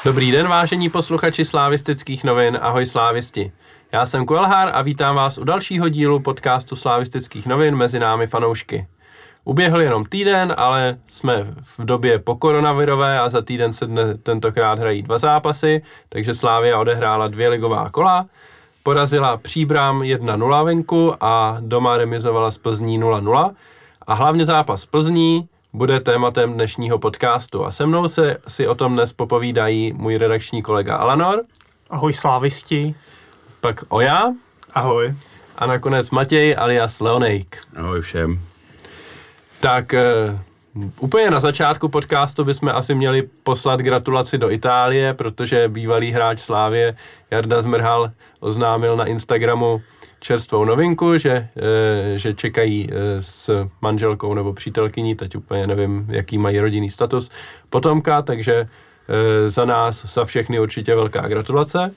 Dobrý den, vážení posluchači Slávistických novin, ahoj slávisti. Já jsem Kuelhár a vítám vás u dalšího dílu podcastu Slávistických novin Mezi námi fanoušky. Uběhl jenom týden, ale jsme v době pokoronavirové a za týden se tentokrát hrají 2 zápasy, takže Slavia odehrála 2 ligová kola, porazila Příbram 1-0 venku a doma remizovala s Plzní 0-0 a hlavně zápas Plzní bude tématem dnešního podcastu a se mnou si o tom dnes popovídají můj redakční kolega Alanor. Ahoj slávisti. Pak Oja. Ahoj. A nakonec Matěj alias Leonejk. Ahoj všem. Tak úplně na začátku podcastu bychom asi měli poslat gratulaci do Itálie, protože bývalý hráč Slavie Jarda Zmrhal oznámil na Instagramu čerstvou novinku, že čekají s manželkou nebo přítelkyní, teď úplně nevím, jaký mají rodinný status, potomka, takže za nás, za všechny určitě velká gratulace.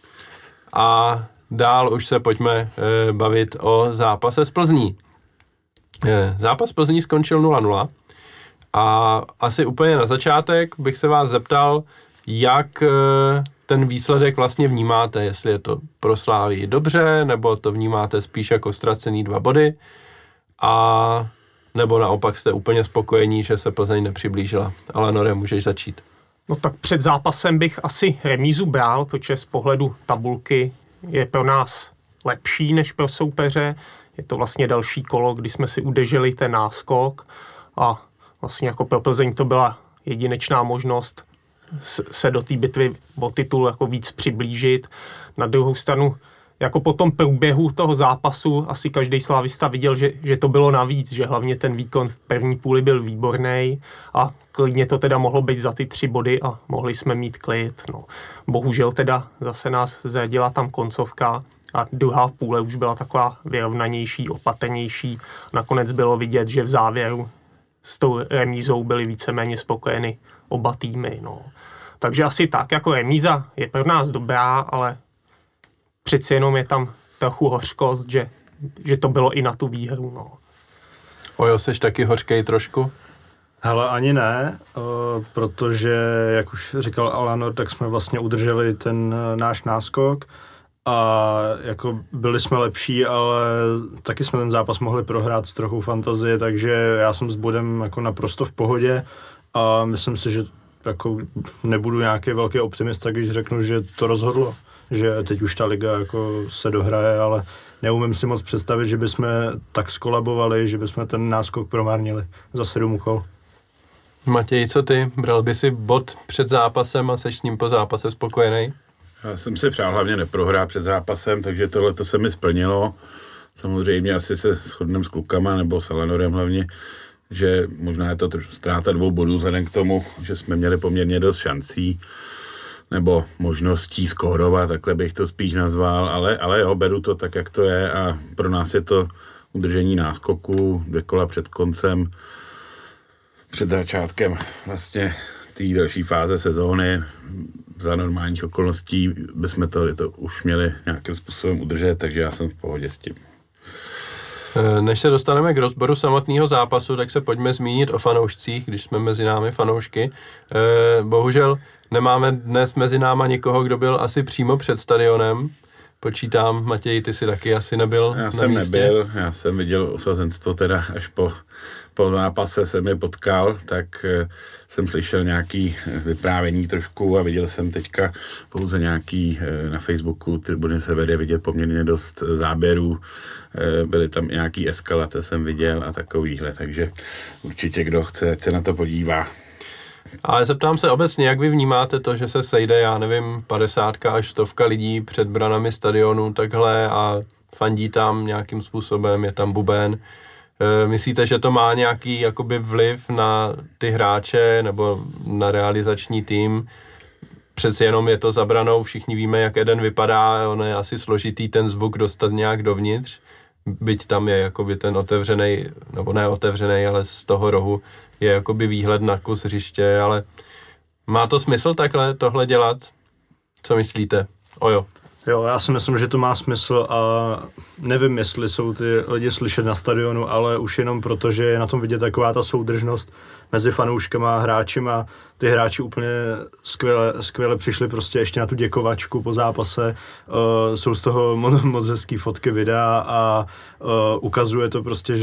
A dál už se pojďme bavit o zápase s Plzní. Zápas Plzní skončil 0-0 a asi úplně na začátek bych se vás zeptal, jak ten výsledek vlastně vnímáte, jestli je to pro Slavii dobře, nebo to vnímáte spíš jako ztracený 2 body, a nebo naopak jste úplně spokojení, že se Plzeň nepřiblížila. Ale Nore, můžeš začít. No tak před zápasem bych asi remízu bral, protože z pohledu tabulky je pro nás lepší než pro soupeře. Je to vlastně další kolo, kdy jsme si udeřili ten náskok a vlastně jako pro Plzeň to byla jedinečná možnost se do té bitvy o titul jako víc přiblížit. Na druhou stranu, jako po tom průběhu toho zápasu asi každý slávista viděl, že to bylo navíc, že hlavně ten výkon v první půli byl výborný a klidně to teda mohlo být za ty 3 body a mohli jsme mít klid. No. Bohužel teda zase nás zradila tam koncovka a druhá půle už byla taková vyrovnanější, opatrnější. Nakonec bylo vidět, že v závěru s tou remízou byli víceméně spokojeni oba týmy. No. Takže asi tak, jako remíza je pro nás dobrá, ale přeci jenom je tam trochu hořkost, že to bylo i na tu výhru. No. Ojo, seš taky hořkej trošku? Hele, ani ne, protože, jak už říkal Alanor, tak jsme vlastně udrželi ten náš náskok a jako byli jsme lepší, ale taky jsme ten zápas mohli prohrát s trochou fantazie, takže já jsem s bodem jako naprosto v pohodě a myslím si, že jako nebudu nějaký velký optimista, když řeknu, že to rozhodlo, že teď už ta liga jako se dohraje, ale neumím si moc představit, že bychom tak skolabovali, že bychom ten náskok promarnili za 7 kol. Matěj, co ty? Bral by si bod před zápasem a seš s ním po zápase spokojený? Já jsem si přál hlavně neprohrát před zápasem, takže tohle to se mi splnilo. Samozřejmě asi se shodneme s klukama, nebo s Alanorem hlavně, že možná je to ztráta 2 bodů vzhledem k tomu, že jsme měli poměrně dost šancí nebo možností skórovat, takhle bych to spíš nazval, ale jo, beru to tak, jak to je a pro nás je to udržení náskoku 2 kola před koncem, před začátkem vlastně té další fáze sezóny. Za normálních okolností bychom to už měli nějakým způsobem udržet, takže já jsem v pohodě s tím. Než se dostaneme k rozboru samotného zápasu, tak se pojďme zmínit o fanoušcích, když jsme mezi námi fanoušky. Bohužel nemáme dnes mezi náma nikoho, kdo byl asi přímo před stadionem. Počítám, Matěj, ty si taky asi nebyl na místě. Já jsem nebyl, já jsem viděl osazenstvo teda až po zápase jsem je potkal, tak jsem slyšel nějaký vyprávění trošku a viděl jsem teďka pouze nějaký na Facebooku, tribuny se vede vidět poměrně dost záběrů, byly tam nějaký eskalace jsem viděl a takovýhle, takže určitě kdo chce, ať se na to podívá. Ale zeptám se obecně, jak vy vnímáte to, že se sejde, já nevím, 50 až 100 lidí před branami stadionu takhle a fandí tam nějakým způsobem, je tam buben. Myslíte, že to má nějaký jakoby vliv na ty hráče nebo na realizační tým? Přeci jenom je to za branou, všichni víme, jak jeden vypadá, on je asi složitý ten zvuk dostat nějak dovnitř, byť tam je jakoby ten otevřený, nebo ne otevřený, ale z toho rohu je jakoby výhled na kus hřiště, ale má to smysl takhle tohle dělat? Co myslíte? Ojo. Jo, já si myslím, že to má smysl a nevím, jestli jsou ty lidi slyšet na stadionu, ale už jenom proto, že je na tom vidět taková ta soudržnost mezi fanouškama a hráčima. Ty hráči úplně skvěle přišli prostě ještě na tu děkovačku po zápase. Jsou z toho moc hezký fotky, videa a ukazuje to prostě,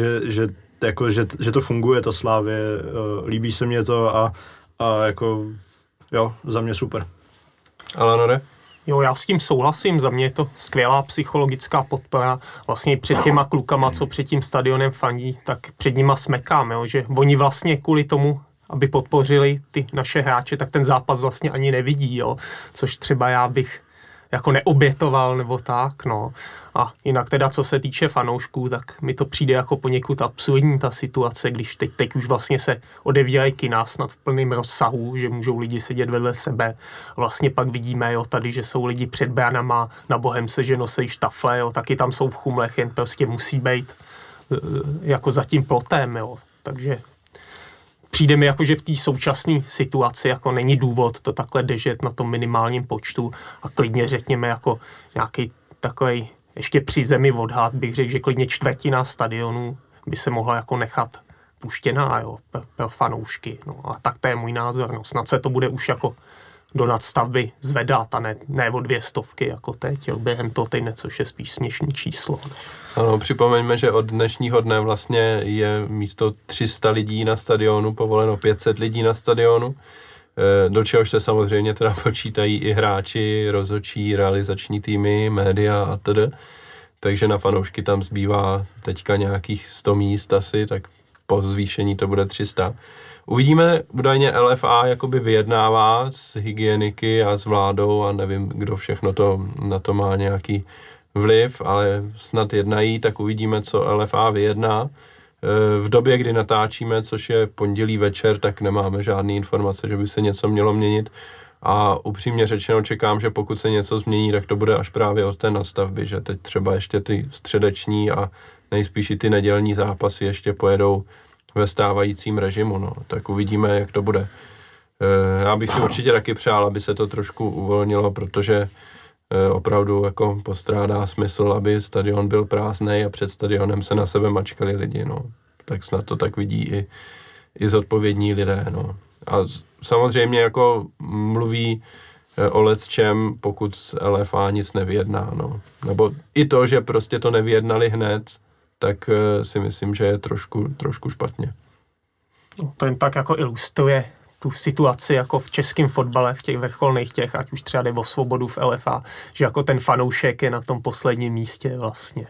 že to funguje, ta Slavie. Líbí se mně to a jako jo, za mě super. Alanore? Jo, já s tím souhlasím, za mě je to skvělá psychologická podpora. Vlastně před těma klukama, co před tím stadionem fandí, tak před nima smekám, jo, že oni vlastně kvůli tomu, aby podpořili ty naše hráče, tak ten zápas vlastně ani nevidí, jo, což třeba já bych jako neobětoval nebo tak, no. A jinak teda, co se týče fanoušků, tak mi to přijde jako poněkud absurdní ta situace, když teď už vlastně se odevírají kina snad v plném rozsahu, že můžou lidi sedět vedle sebe. Vlastně pak vidíme, jo, tady, že jsou lidi před bránama, na Bohemce, že nosejí štafle, jo, taky tam jsou v chumlech, jen prostě musí být jako za tím plotem, jo. Takže přijde mi jako, že v té současné situaci jako není důvod to takhle držet na tom minimálním počtu a klidně řekněme jako nějaký takovej ještě při zemi odhad, bych řekl, že klidně čtvrtina stadionu by se mohla jako nechat puštěná, jo, pro fanoušky. No a tak to je můj názor. No, snad se to bude už jako do nadstavby zvedat a ne o 200 jako teď, jo, během toho týdne, což je spíš směšný číslo. No. Ano, připomeňme, že od dnešního dne vlastně je místo 300 lidí na stadionu povoleno 500 lidí na stadionu, do čehož se samozřejmě teda počítají i hráči, rozhodčí, realizační týmy, média a td. Takže na fanoušky tam zbývá teďka nějakých 100 míst asi, tak po zvýšení to bude 300. Uvidíme, údajně LFA jakoby vyjednává s hygieniky a s vládou a nevím, kdo všechno na to má nějaký vliv, ale snad jednají, tak uvidíme, co LFA vyjedná. V době, kdy natáčíme, což je pondělí večer, tak nemáme žádné informace, že by se něco mělo měnit a upřímně řečeno čekám, že pokud se něco změní, tak to bude až právě od té nastavby, že teď třeba ještě ty středeční a nejspíš i ty nedělní zápasy ještě pojedou ve stávajícím režimu, no. Tak uvidíme, jak to bude. Já bych si určitě taky přál, aby se to trošku uvolnilo, protože opravdu jako postrádá smysl, aby stadion byl prázdnej a před stadionem se na sebe mačkali lidi, no. Tak snad to tak vidí i zodpovědní lidé, no. A samozřejmě jako mluví o lecčem, pokud z LFA nic nevyjedná, no. Nebo i to, že prostě to nevyjednali hned, tak si myslím, že je trošku špatně. No, to jen tak jako ilustruje tu situaci jako v českém fotbale, v těch vrcholných těch, ať už třeba jde o Svobodu v LFA, že jako ten fanoušek je na tom posledním místě vlastně.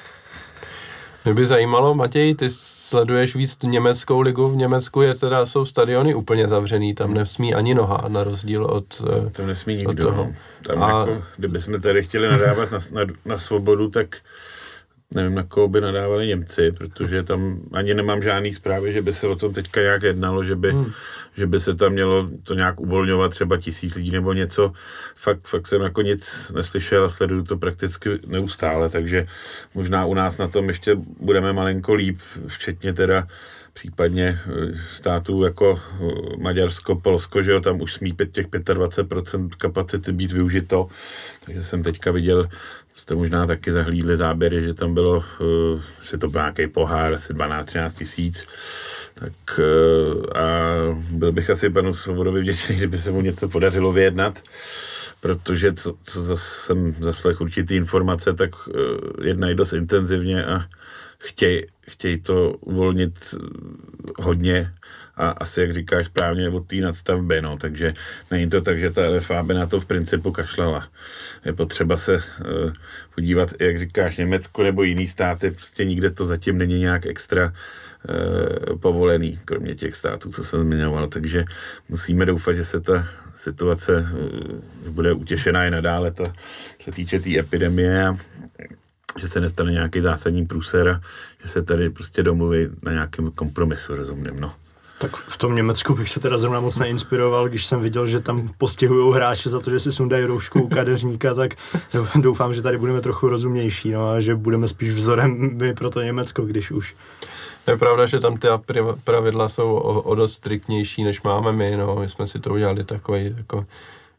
Mě by zajímalo, Matěj, ty sleduješ víc německou ligu, v Německu jsou stadiony úplně zavřený, tam nesmí ani noha, na rozdíl od tam nesmí nikdo. Toho. Tam jako, kdybychom tady chtěli nadávat na Svobodu, tak nevím, na koho by nadávali Němci, protože tam ani nemám žádný zprávy, že by se o tom teďka nějak jednalo, že by se tam mělo to nějak uvolňovat, třeba 1000 lidí nebo něco. Fakt jsem jako nic neslyšel a sleduju to prakticky neustále, takže možná u nás na tom ještě budeme malinko líp, včetně teda případně států jako Maďarsko, Polsko, že jo, tam už smí těch 25% kapacity být využito. Takže jsem teďka viděl, jste možná taky zahlídli záběry, že tam bylo, že to byl nějaký pohár, asi 12-13 tisíc. Tak a byl bych asi panu Svobodovi vděčný, kdyby se mu něco podařilo vyjednat, protože co jsem zaslechl určitý informace, tak jednají dost intenzivně a chtějí to uvolnit hodně a asi, jak říkáš správně, od té nadstavby, no, takže není to tak, že ta LFA by na to v principu kašlala. Je potřeba se podívat, jak říkáš, Německo nebo jiný státy, prostě nikde to zatím není nějak extra povolený, kromě těch států, co jsem zmiňoval, takže musíme doufat, že se ta situace bude utěšená i nadále, se týče té epidemie a že se nestane nějaký zásadní průser a že se tady prostě domluví na nějakém kompromisu, rozumím, no. Tak v tom Německu bych se teda zrovna moc neinspiroval, když jsem viděl, že tam postihujou hráče za to, že si sundají roušku u kadeřníka, tak doufám, že tady budeme trochu rozumnější, no, a že budeme spíš vzorem my pro to Německo, když už. Je pravda, že tam ty pravidla jsou o dost striktnější, než máme my, no. My jsme si to udělali takový jako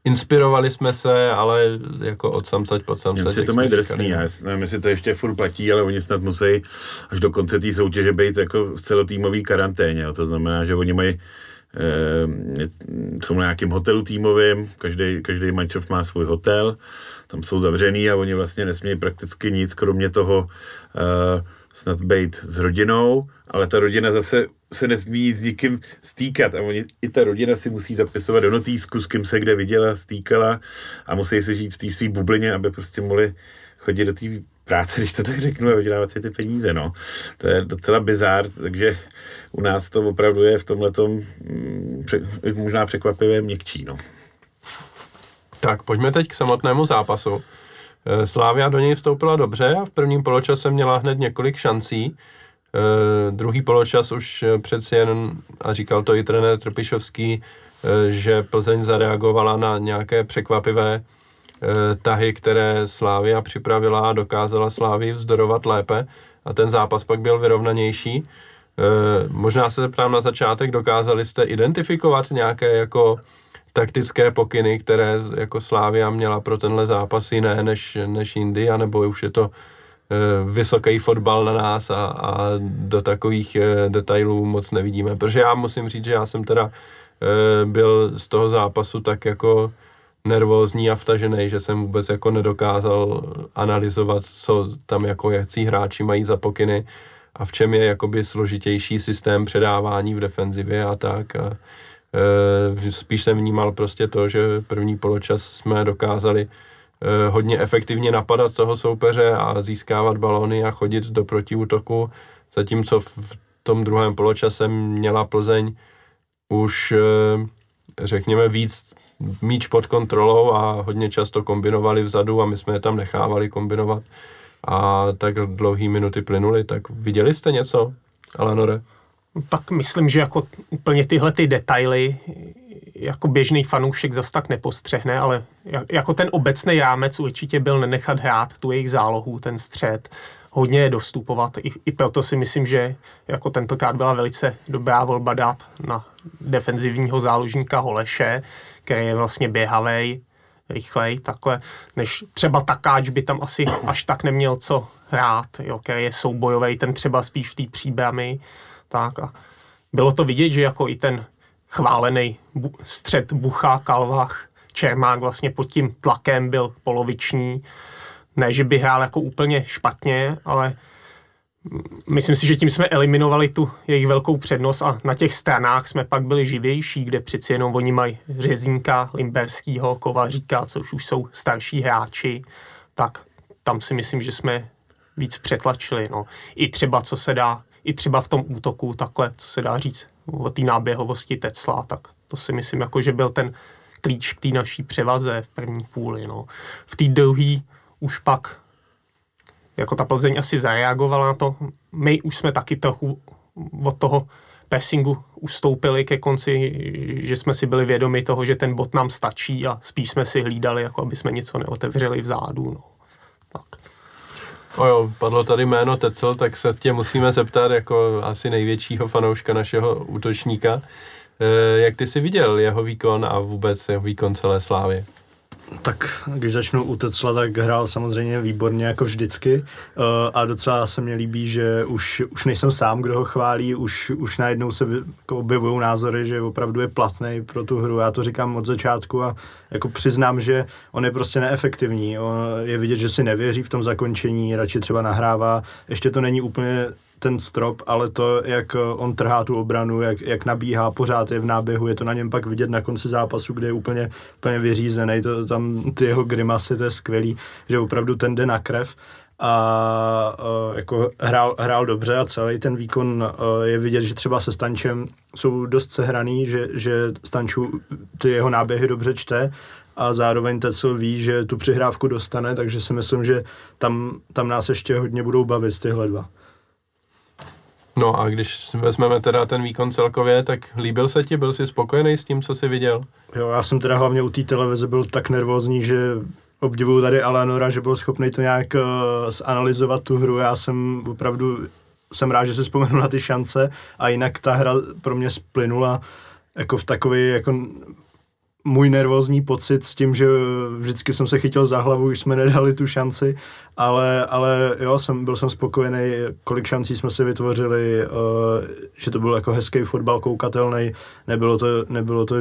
inspirovali jsme se, ale jako od samcať pod samcať. Němci to mají drsný, já nevím, jestli to ještě furt platí, ale oni snad musí až do konce té soutěže být jako v celotýmový karanténě. Jo. To znamená, že oni mají jsou na nějakém hotelu týmovým, každý mančov má svůj hotel, tam jsou zavřený a oni vlastně nesmějí prakticky nic, kromě toho snad být s rodinou, ale ta rodina zase se nesmí s nikým stýkat a oni, i ta rodina si musí zapisovat do notýsku, s kým se kde viděla, stýkala a musí se žít v té své bublině, aby prostě mohli chodit do té práce, když to tak řeknu, a vydělávat si ty peníze, no. To je docela bizár, takže u nás to opravdu je v tomhletom možná překvapivě měkčí, no. Tak, pojďme teď k samotnému zápasu. Slavia do něj vstoupila dobře a v prvním poločase měla hned několik šancí. Druhý poločas už přeci jen, a říkal to i trenér Trpišovský, že Plzeň zareagovala na nějaké překvapivé tahy, které Slavia připravila a dokázala Slavii vzdorovat lépe a ten zápas pak byl vyrovnanější. Možná se zeptám na začátek, dokázali jste identifikovat nějaké jako taktické pokyny, které jako Slavia měla pro tenhle zápas jiné než jindy, anebo už je to vysoký fotbal na nás a do takových detailů moc nevidíme. Protože já musím říct, že já jsem teda byl z toho zápasu tak jako nervózní a vtažený, že jsem vůbec jako nedokázal analyzovat, co tam jako jakcí hráči mají za pokyny a v čem je jakoby složitější systém předávání v defenzivě a tak. A spíš jsem vnímal prostě to, že první poločas jsme dokázali hodně efektivně napadat toho soupeře a získávat balony a chodit do protiútoku, zatímco v tom druhém poločase měla Plzeň už řekněme víc míč pod kontrolou a hodně často kombinovali vzadu a my jsme je tam nechávali kombinovat a tak dlouhý minuty plynuly. Tak viděli jste něco, Alanore? Tak myslím, že jako úplně tyhle ty detaily jako běžný fanoušek zas tak nepostřehne, ale jako ten obecný rámec určitě byl nenechat hrát tu jejich zálohu, ten střed, hodně je dostupovat. I proto si myslím, že jako tentokrát byla velice dobrá volba dát na defenzivního záložníka Holeše, který je vlastně běhavej, rychlej, takhle, než třeba Takáč by tam asi až tak neměl co hrát, jo, který je soubojovej, ten třeba spíš v té příbrami. Tak a bylo to vidět, že jako i ten chválený střed Bucha, Kalvach, Čermák vlastně pod tím tlakem byl poloviční. Ne, že by hrál jako úplně špatně, ale myslím si, že tím jsme eliminovali tu jejich velkou přednost a na těch stranách jsme pak byli živější, kde přeci jenom oni mají Řezínka, Limberskýho, Kovaříka, což už jsou starší hráči, tak tam si myslím, že jsme víc přetlačili. No. I třeba co se dá, i třeba v tom útoku takhle, co se dá říct o té náběhovosti Tecla, tak to si myslím, jako, že byl ten klíč k té naší převaze v první půli. No. V té druhé už pak jako ta Plzeň asi zareagovala na to. My už jsme taky trochu od toho pressingu ustoupili ke konci, že jsme si byli vědomi toho, že ten bod nám stačí a spíš jsme si hlídali, jako aby jsme něco neotevřeli vzadu. No. Tak. Jo, padlo tady jméno Tecl, tak se tě musíme zeptat jako asi největšího fanouška našeho útočníka. Jak ty jsi viděl jeho výkon a vůbec jeho výkon celé Slávy? Tak když začnu u Tecla, tak hrál samozřejmě výborně jako vždycky a docela se mi líbí, že už nejsem sám, kdo ho chválí, už najednou se jako objevují názory, že opravdu je platný pro tu hru. Já to říkám od začátku a jako přiznám, že on je prostě neefektivní. Je vidět, že si nevěří v tom zakončení, radši třeba nahrává. Ještě to není úplně ten strop, ale to, jak on trhá tu obranu, jak nabíhá, pořád je v náběhu, je to na něm pak vidět na konci zápasu, kde je úplně vyřízený, tam ty jeho grimasy, to je skvělý, že opravdu ten jde na krev a jako hrál dobře a celý ten výkon je vidět, že třeba se Stančem jsou dost sehraný, že Stanču ty jeho náběhy dobře čte a zároveň Tecl ví, že tu přihrávku dostane, takže si myslím, že tam nás ještě hodně budou bavit tyhle dva. No a když vezmeme teda ten výkon celkově, tak líbil se ti? Byl jsi spokojený s tím, co jsi viděl? Jo, já jsem teda hlavně u té televize byl tak nervózní, že obdivuju tady Alanora, že byl schopný to nějak zanalyzovat tu hru. Já jsem rád, že si vzpomenu na ty šance a jinak ta hra pro mě splynula jako v takový jako můj nervózní pocit s tím, že vždycky jsem se chytil za hlavu, už jsme nedali tu šanci, ale jo, byl jsem spokojený, kolik šancí jsme si vytvořili, že to byl jako hezký fotbal, koukatelný, nebylo to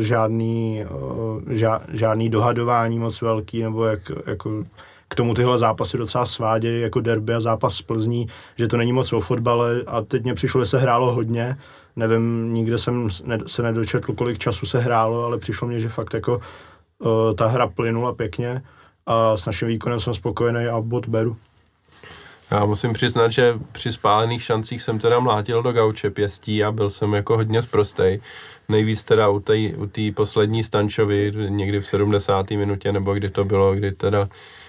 žádný dohadování moc velký, nebo jako k tomu tyhle zápasy docela svádějí, jako derby a zápas z Plzní, že to není moc o fotbale a teď mně přišlo, že se hrálo hodně. Nevím, nikde jsem se nedočetl, kolik času se hrálo, ale přišlo mně, že fakt jako ta hra plynula pěkně a s naším výkonem jsem spokojený a bod beru. Já musím přiznat, že při spálených šancích jsem teda mlátil do gauče pěstí a byl jsem jako hodně sprostej. Nejvíc teda u té poslední Stančovi, někdy v 70. minutě, nebo kdy to bylo, kdy teda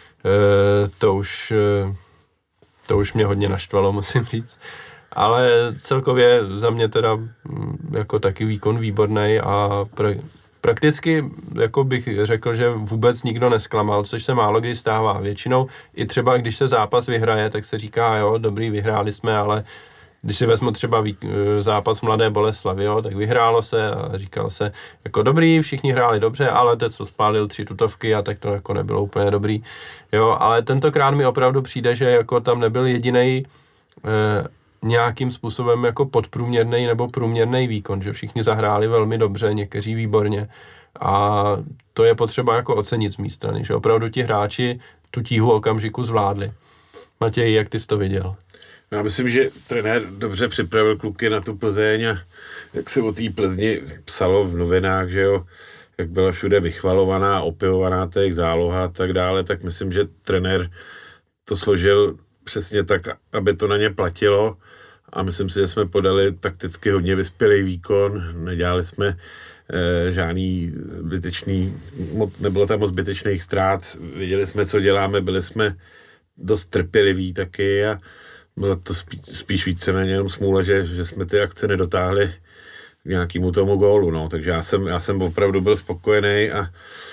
to už mě hodně naštvalo, musím říct. Ale celkově za mě teda jako taky výkon výborný a prakticky jako bych řekl, že vůbec nikdo nesklamal, což se málo kdy stává. Většinou i třeba, když se zápas vyhraje, tak se říká, jo, dobrý, vyhráli jsme, ale když si vezmu třeba zápas Mladé Boleslavi, jo, tak vyhrálo se a říkalo se, jako dobrý, všichni hráli dobře, ale teď co spálil 3 tutovky a tak to jako nebylo úplně dobrý. Jo, ale tentokrát mi opravdu přijde, že jako tam nebyl jedinej nějakým způsobem jako podprůměrný nebo průměrný výkon, že všichni zahráli velmi dobře, někteří výborně a to je potřeba jako ocenit z mé strany, že opravdu ti hráči tu tíhu okamžiku zvládli. Matěj, jak ty jsi to viděl? Já myslím, že trenér dobře připravil kluky na tu Plzeň a jak se o té Plzni psalo v novinách, že jo, jak byla všude vychvalovaná, opěvovaná těch záloha a tak dále, tak myslím, že trenér to složil přesně tak, aby to na ně platilo a myslím si, že jsme podali takticky hodně vyspělý výkon, nedělali jsme žádný zbytečný, nebylo tam moc zbytečných ztrát, viděli jsme, co děláme, byli jsme dost trpěliví taky a bylo to spíš víceméně jenom smůla, že jsme ty akce nedotáhli k nějakému tomu gólu, no, takže já jsem opravdu byl spokojený a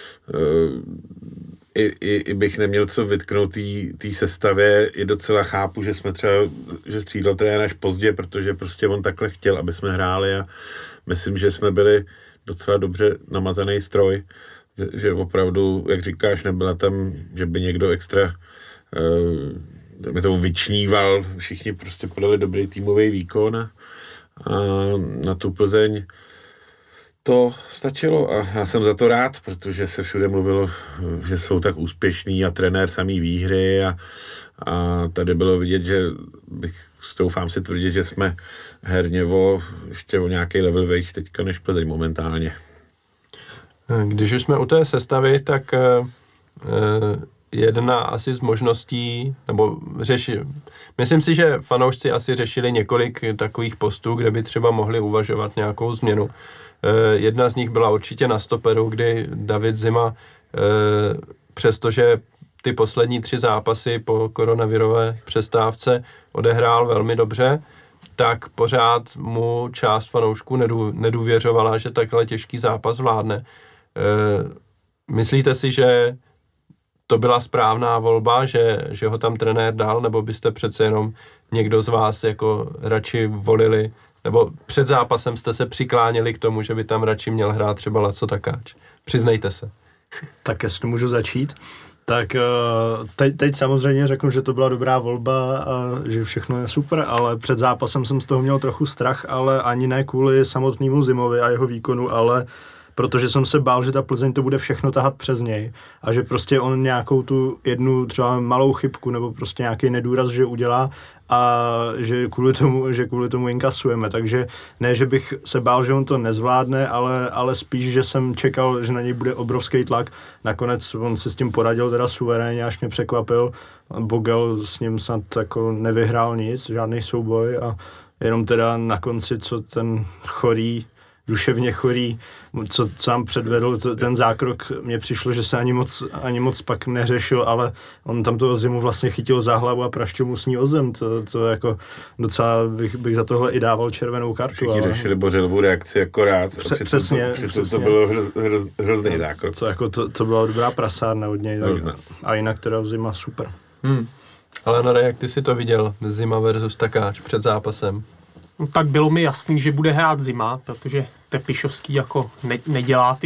i bych neměl co vytknout té sestavě, i docela chápu, že jsme třeba, že střídal trenér až pozdě, protože prostě on takhle chtěl, aby jsme hráli a myslím, že jsme byli docela dobře namazaný stroj, že opravdu, jak říkáš, nebyla tam, že by někdo extra by to vyčníval, všichni prostě podali dobrý týmový výkon a na tu Plzeň to stačilo a já jsem za to rád, protože se všude mluvilo, že jsou tak úspěšní a trenér samý výhry a tady bylo vidět, že doufám si tvrdit, že jsme herně ještě o nějaký level vejš teďka než Plzeň momentálně. Když už jsme u té sestavy, tak jedna asi z možností, nebo myslím si, že fanoušci asi řešili několik takových postů, kde by třeba mohli uvažovat nějakou změnu. Jedna z nich byla určitě na stoperu, kdy David Zima, přestože ty poslední 3 zápasy po koronavirové přestávce odehrál velmi dobře, tak pořád mu část fanoušků nedůvěřovala, že takhle těžký zápas vládne. Myslíte si, že to byla správná volba, že ho tam trenér dal, nebo byste přece jenom někdo z vás jako radši volili, nebo před zápasem jste se přikláněli k tomu, že by tam radši měl hrát třeba Laco Takáč? Přiznejte se. Tak jestli můžu začít. Tak teď samozřejmě řeknu, že to byla dobrá volba a že všechno je super, ale před zápasem jsem z toho měl trochu strach, ale ani ne kvůli samotnému Zimovi a jeho výkonu, ale protože jsem se bál, že ta Plzeň to bude všechno tahat přes něj a že prostě on nějakou tu jednu třeba malou chybku nebo prostě nějaký nedůraz, že udělá a že kvůli tomu inkasujeme. Takže ne, že bych se bál, že on to nezvládne, ale spíš, že jsem čekal, že na něj bude obrovský tlak. Nakonec on se s tím poradil teda suverénně, až mě překvapil. Bogel s ním snad jako nevyhrál nic, žádný souboj a jenom teda na konci, co ten duševně chorý, co sám předvedl, ten zákrok, mně přišlo, že se ani moc pak neřešil, ale on tam toho Zimu vlastně chytil za hlavu a praštil mu s ní o zem, to jako docela bych za tohle i dával červenou kartu. Všichni řešili Bořilovou reakci akorát, přesně. To bylo hrozný zákrok. To byla dobrá prasárna od něj, a jinak teda Zima super. Ale Nore, jak ty si to viděl, Zima versus Takáč před zápasem? No, tak bylo mi jasný, že bude hrát Zima, protože Tepišovský jako nedělá ty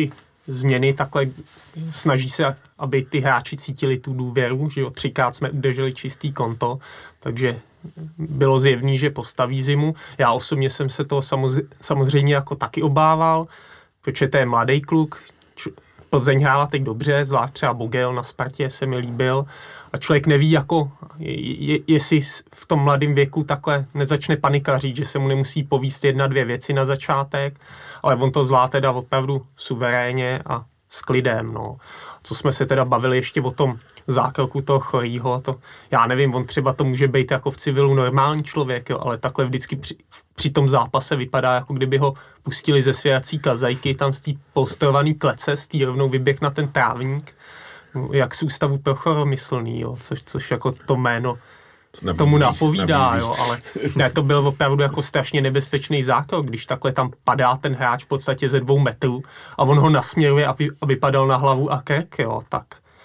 změny takhle snaží se, aby ty hráči cítili tu důvěru, že jo, 3krát jsme udrželi čistý konto, takže bylo zjevný, že postaví Zimu. Já osobně jsem se toho samozřejmě jako taky obával, protože to je mladý kluk, Plzeň hrála teď dobře, zvlášť třeba Bogel na Spartě se mi líbil a člověk neví, jako, jestli v tom mladém věku takhle nezačne panikařit, že se mu nemusí povíst 1-2 věci na začátek, ale on to zvládá teda opravdu suverénně a s klidem. No. Co jsme se teda bavili ještě o tom zákroku toho Chorýho, to já nevím, on třeba to může být jako v civilu normální člověk, jo, ale takhle vždycky při tom zápase vypadá, jako kdyby ho pustili ze svěrací kazajky, tam z té polstrované klece, z té rovnou vyběh na ten trávník, jak z ústavu pro choromyslný, jo, což jako to jméno tomu napovídá, jo, ale ne, to byl opravdu jako strašně nebezpečný zákrok, když takhle tam padá ten hráč v podstatě ze 2 metrů a on ho nasměruje, aby padal na hlavu a krk, jo, tak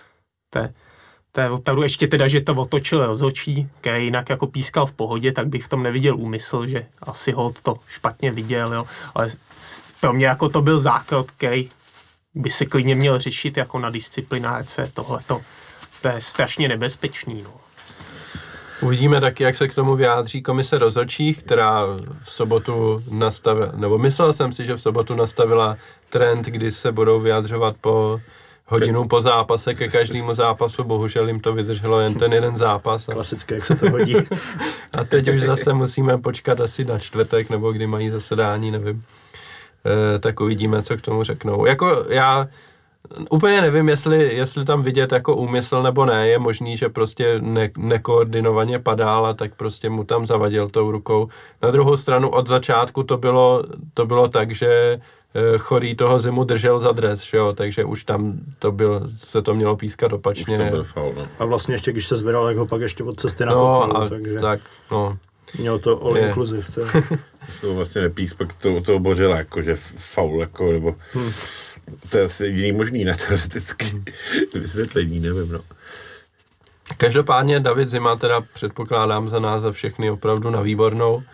to je opravdu ještě teda, že to otočil rozhodčí, který jinak jako pískal v pohodě, tak bych v tom neviděl úmysl, že asi Holt to špatně viděl, jo, ale pro mě jako to byl zákrok, který by se klidně měl řešit jako na disciplinárce, tohleto, to je strašně nebezpečný, no. Uvidíme taky, jak se k tomu vyjádří komise rozhodčích, která v sobotu nastavila, nebo myslel jsem si, že v sobotu nastavila trend, kdy se budou vyjadřovat po hodinu po zápase ke každému zápasu, bohužel jim to vydrželo jen ten jeden zápas. Klasické, jak se to hodí. A teď už zase musíme počkat asi na čtvrtek, nebo kdy mají zasedání, nevím. Tak uvidíme, co k tomu řeknou. Jako já úplně nevím, jestli tam vidět jako úmysl nebo ne, je možný, že prostě nekoordinovaně padal a tak prostě mu tam zavadil tou rukou. Na druhou stranu od začátku to bylo tak, že Chorý toho Zimu držel za dres, že jo, takže už tam se to mělo pískat opačně. Už to byl faul, no. A vlastně ještě, když se zvedal, tak ho pak ještě od cesty nakopnul, takže tak, no. Mělo to all inclusive. To vlastně nepísk, pak to obořila, jako, že faul, jako, nebo to je asi jediný možný, ne, teoreticky. Vysvětlení, nevím, no. Každopádně David Zima teda předpokládám za nás za všechny opravdu na výbornou.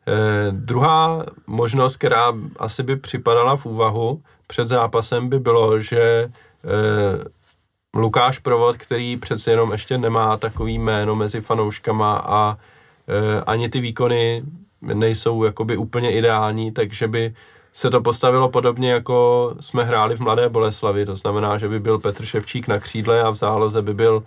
Druhá možnost, která asi by připadala v úvahu před zápasem, by bylo, že Lukáš Provod, který přece jenom ještě nemá takový jméno mezi fanouškama a ani ty výkony nejsou jakoby úplně ideální, takže by se to postavilo podobně, jako jsme hráli v Mladé Boleslavi. To znamená, že by byl Petr Ševčík na křídle a v záloze by byl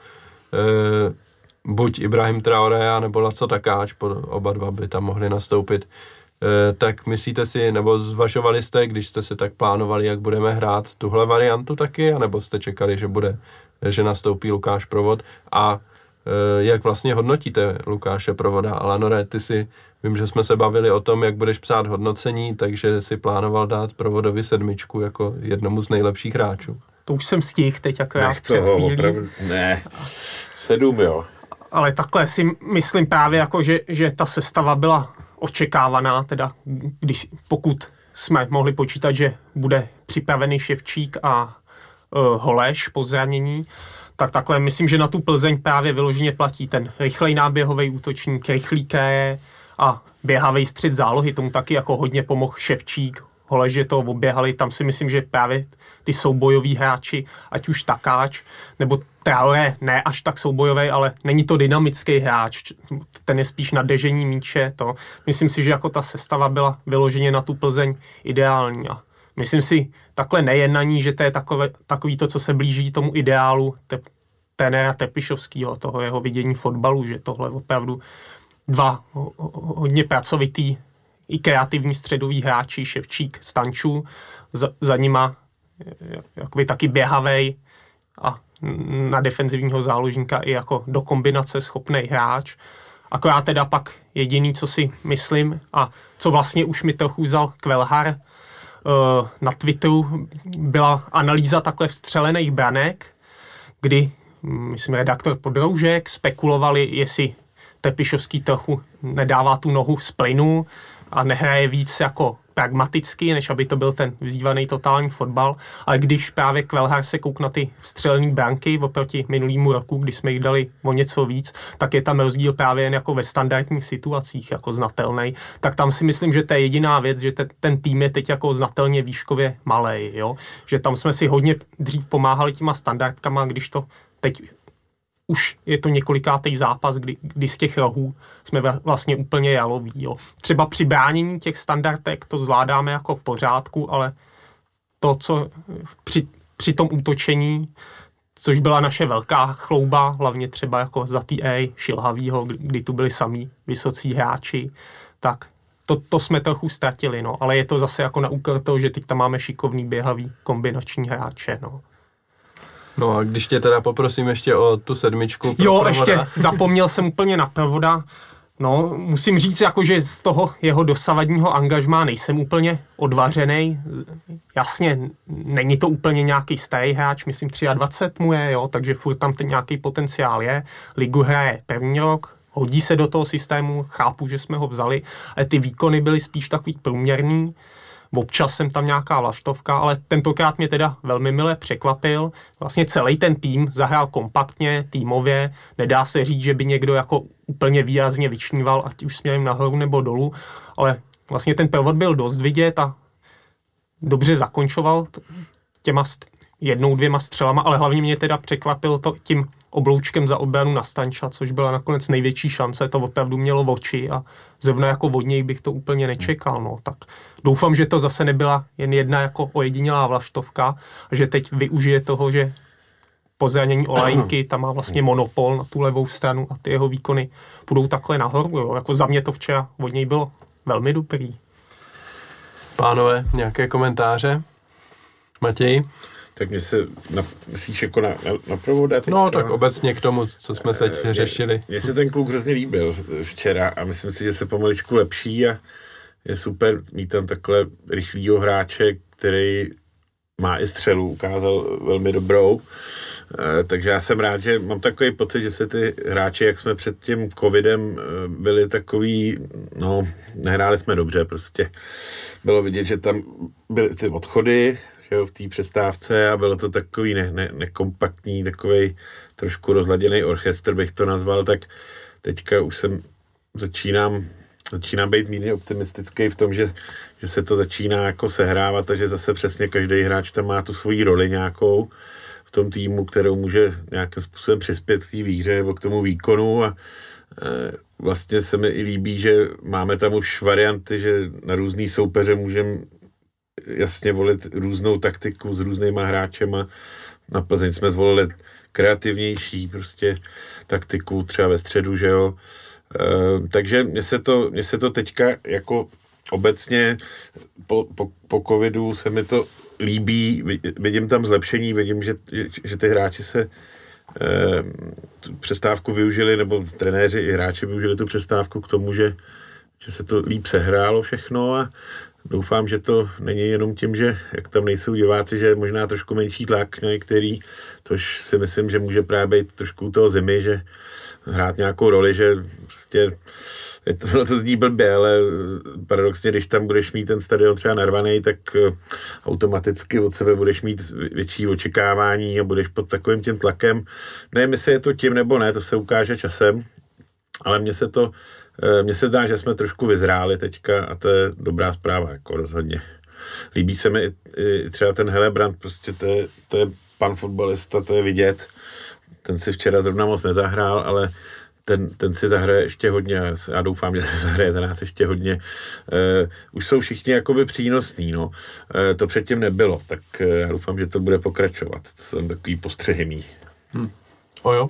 buď Ibrahim Traoré, nebo Laco Takáč, oba dva by tam mohli nastoupit. Tak myslíte si, nebo zvažovali jste, když jste si tak plánovali, jak budeme hrát tuhle variantu taky, anebo jste čekali, že nastoupí Lukáš Provod a jak vlastně hodnotíte Lukáše Provoda? Alanore, vím, že jsme se bavili o tom, jak budeš psát hodnocení, takže si plánoval dát Provodovi 7 jako jednomu z nejlepších hráčů. To už jsem stihl teď akorát před chvílí. Opravdu, ne, 7, jo. Ale takhle si myslím právě, jako, že ta sestava byla očekávaná, teda pokud jsme mohli počítat, že bude připravený Ševčík a Holeš po zranění, tak takhle myslím, že na tu Plzeň právě vyloženě platí ten rychlej náběhový útočník, rychlý kraje a běhavý střed zálohy. Tomu taky jako hodně pomohl Ševčík, Holeš, že to oběhali. Tam si myslím, že právě ty soubojoví hráči, ať už Takáč nebo Traoré, ne až tak soubojový, ale není to dynamický hráč. Ten je spíš na držení míče. To. Myslím si, že jako ta sestava byla vyloženě na tu Plzeň ideální. A myslím si takhle nejen na ní, že to je takový to, co se blíží tomu ideálu trenéra Tepišovského, toho jeho vidění fotbalu, že tohle opravdu dva hodně pracovitý i kreativní středoví hráči, Ševčík, Stančů, za nima jakoby taky běhavej a na defenzivního záložníka i jako do kombinace schopný hráč. Akorát teda pak jediný, co si myslím a co vlastně už mi trochu vzal Kvelhar na Twitteru, byla analýza takhle vstřelených branek, kdy, myslím, redaktor Podroužek spekulovali, jestli Tepišovský trochu nedává tu nohu z plynu a nehraje víc jako pragmaticky, než aby to byl ten vzývaný totální fotbal. Ale když právě Kvelhár se kouk na ty vstřelený branky oproti minulýmu roku, kdy jsme jich dali o něco víc, tak je tam rozdíl právě jen jako ve standardních situacích jako znatelný. Tak tam si myslím, že to je jediná věc, že ten tým je teď jako znatelně výškově malej, jo? Že tam jsme si hodně dřív pomáhali těma standardkama, když to teď už je to několikátej zápas, kdy z těch rohů jsme vlastně úplně jaloví. Jo. Třeba při bránění těch standardek to zvládáme jako v pořádku, ale to, co při tom útočení, což byla naše velká chlouba, hlavně třeba jako za TA Šilhavýho, kdy tu byli samí vysocí hráči, tak to jsme trochu ztratili, no. Ale je to zase jako na úkor toho, že teď tam máme šikovný běhavý kombinační hráče, no. No a když tě teda poprosím ještě o tu sedmičku. Jo, ještě zapomněl jsem úplně na Provoda. No, musím říct, jako, že z toho jeho dosavadního angažmá nejsem úplně odvařenej. Jasně, není to úplně nějaký starý hráč, myslím 23 mu je, jo, takže furt tam ten nějaký potenciál je. Ligu hraje první rok, hodí se do toho systému, chápu, že jsme ho vzali, ale ty výkony byly spíš takový průměrný. Občas jsem tam nějaká vlaštovka, ale tentokrát mě teda velmi mile překvapil. Vlastně celý ten tým zahrál kompaktně, týmově. Nedá se říct, že by někdo jako úplně výrazně vyčníval, ať už směrem nahoru nebo dolů, ale vlastně ten Provod byl dost vidět a dobře zakončoval těma jednou, dvěma střelama, ale hlavně mě teda překvapil to tím obloučkem za obranu na Stanča, což byla nakonec největší šance, to opravdu mělo v oči a zrovna jako od něj bych to úplně nečekal, no, tak doufám, že to zase nebyla jen jedna jako ojedinělá vlaštovka a že teď využije toho, že po zranění Olajinky tam má vlastně monopol na tu levou stranu a ty jeho výkony půjdou takhle nahoru, jo, jako za mě to včera od něj bylo velmi dobrý. Pánové, nějaké komentáře? Matěj? Tak mě se, myslíš jako na Provoda? No, tak obecně k tomu, co jsme teď řešili. Mně se ten kluk hrozně líbil včera a myslím si, že se pomaličku lepší a je super mít tam takhle rychlýho hráče, který má i střelu, ukázal velmi dobrou. Takže já jsem rád, že mám takový pocit, že se ty hráči, jak jsme před tím covidem byli takový, no, nehráli jsme dobře prostě. Bylo vidět, že tam byly ty odchody, v té přestávce a bylo to takový nekompaktní, takovej trošku rozladěný orchestr, bych to nazval, tak teďka už začínám být mírně optimistický v tom, že se to začíná jako sehrávat a že zase přesně každý hráč tam má tu svoji roli nějakou v tom týmu, kterou může nějakým způsobem přispět k té výhře nebo k tomu výkonu a vlastně se mi i líbí, že máme tam už varianty, že na různý soupeře můžeme jasně volit různou taktiku s různýma hráčema. Na Plzeň jsme zvolili kreativnější prostě taktiku, třeba ve středu, že jo. Takže mně se to teďka jako obecně po covidu se mi to líbí, vidím tam zlepšení, vidím, že ty hráči se tu přestávku využili, nebo trenéři i hráči využili tu přestávku k tomu, že se to líp sehrálo všechno a doufám, že to není jenom tím, že jak tam nejsou diváci, že je možná trošku menší tlak na některý, což si myslím, že může právě být trošku toho zimy, že hrát nějakou roli, že prostě to zní blbě, ale paradoxně, když tam budeš mít ten stadion třeba narvaný, tak automaticky od sebe budeš mít větší očekávání a budeš pod takovým tím tlakem. Nevím, jestli je to tím nebo ne, to se ukáže časem, ale mně se zdá, že jsme trošku vyzráli teďka a to je dobrá zpráva, jako rozhodně. Líbí se mi i třeba ten Helebrant, prostě to je pan fotbalista, to je vidět. Ten si včera zrovna moc nezahrál, ale ten si zahraje ještě hodně. Já doufám, že se zahraje za nás ještě hodně. Už jsou všichni jakoby přínosní, no. To předtím nebylo, tak já doufám, že to bude pokračovat. To jsou takový postřehy mý. Ojo.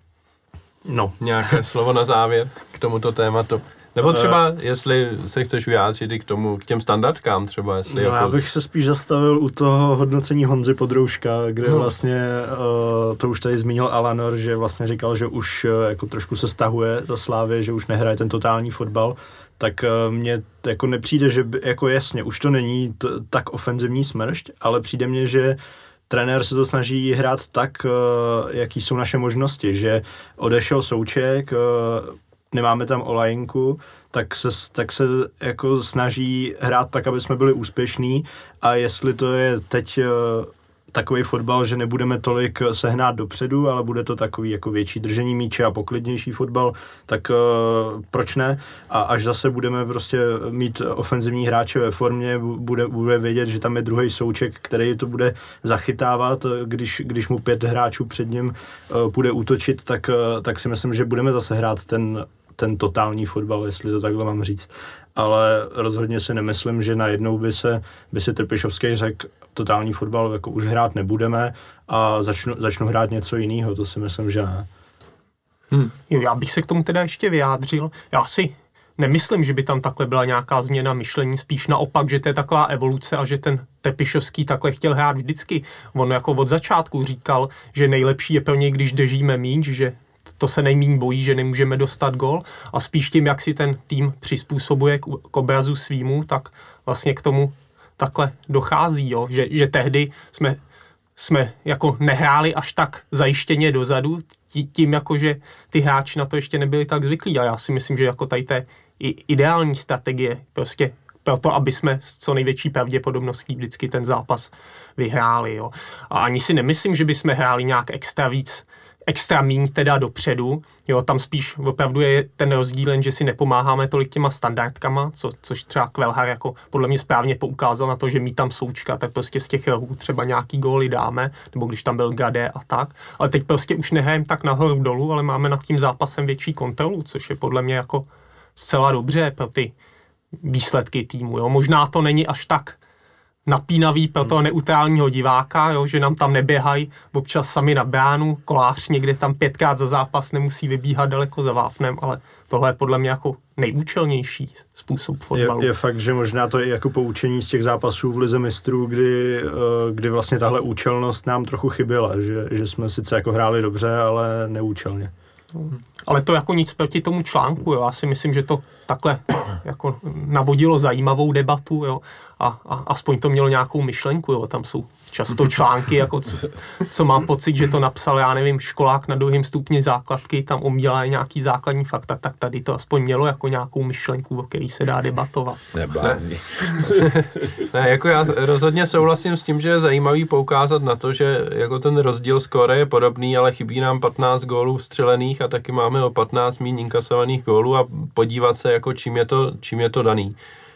No. Nějaké slovo na závěr k tomuto tématu. Nebo třeba, jestli se chceš vyjádřit i k těm standardkám třeba, jestli no, jako... Já bych se spíš zastavil u toho hodnocení Honzy Podrouška, kde vlastně, to už tady zmínil Alanor, že vlastně říkal, že už jako trošku se stahuje za Slávě, že už nehraje ten totální fotbal, tak mně jako nepřijde, že by, jako jasně, už to není tak ofenzivní smršť, ale přijde mně, že trenér se to snaží hrát tak, jaký jsou naše možnosti, že odešel Souček, nemáme tam Olajinku, tak se jako snaží hrát tak, aby jsme byli úspěšní, a jestli to je teď takový fotbal, že nebudeme tolik sehnát dopředu, ale bude to takový jako větší držení míče a poklidnější fotbal, tak proč ne? A až zase budeme prostě mít ofenzivní hráče ve formě, bude vědět, že tam je druhý souček, který to bude zachytávat, když mu 5 hráčů před ním bude útočit, tak si myslím, že budeme zase hrát ten totální fotbal, jestli to takhle mám říct. Ale rozhodně si nemyslím, že najednou by si Trpišovský řekl, totální fotbal jako už hrát nebudeme a začnu hrát něco jiného, to si myslím, že ne. Jo, já bych se k tomu teda ještě vyjádřil. Já si nemyslím, že by tam takhle byla nějaká změna myšlení, spíš naopak, že to je taková evoluce a že ten Trpišovský takhle chtěl hrát vždycky. On jako od začátku říkal, že nejlepší je pro něj, když držíme míč, že to se nejméně bojí, že nemůžeme dostat gól, a spíš tím, jak si ten tým přizpůsobuje k obrazu svýmu, tak vlastně k tomu takhle dochází, jo? Že tehdy jsme jako nehráli až tak zajištěně dozadu, tím jako, že ty hráči na to ještě nebyli tak zvyklí, a já si myslím, že jako tady té ideální strategie prostě proto, aby jsme s co největší pravděpodobností vždycky ten zápas vyhráli, jo? A ani si nemyslím, že bychom hráli nějak extra míň teda dopředu, jo, tam spíš opravdu je ten rozdíl, že si nepomáháme tolik těma standardkama, což třeba Kvelhar jako podle mě správně poukázal na to, že mít tam Součka, tak prostě z těch rohů třeba nějaký góly dáme, nebo když tam byl Gade a tak, ale teď prostě už nehrajeme tak nahoru dolů, ale máme nad tím zápasem větší kontrolu, což je podle mě jako zcela dobře pro ty výsledky týmu, jo. Možná to není až tak napínavý pro toho neutrálního diváka, jo, že nám tam neběhají občas sami na bránu, Kolář někde tam 5krát za zápas nemusí vybíhat daleko za vápnem, ale tohle je podle mě jako nejúčelnější způsob fotbalu. Je fakt, že možná to je jako poučení z těch zápasů v Lize mistrů, kdy vlastně tahle účelnost nám trochu chyběla, že jsme sice jako hráli dobře, ale neúčelně. Ale to jako nic proti tomu článku, jo. Já si myslím, že to takhle jako navodilo zajímavou debatu, jo. A aspoň to mělo nějakou myšlenku, jo. Tam jsou často články, jako co mám pocit, že to napsal, já nevím, školák na 2. stupni základky, tam omílá nějaký základní fakta, tak tady to aspoň mělo jako nějakou myšlenku, o který se dá debatovat. Ne, jako já rozhodně souhlasím s tím, že je zajímavý poukázat na to, že jako ten rozdíl skóre je podobný, ale chybí nám 15 gólů vstřelených a taky máme o 15 míň inkasovaných gólů, a podívat se, jako čím je to daný.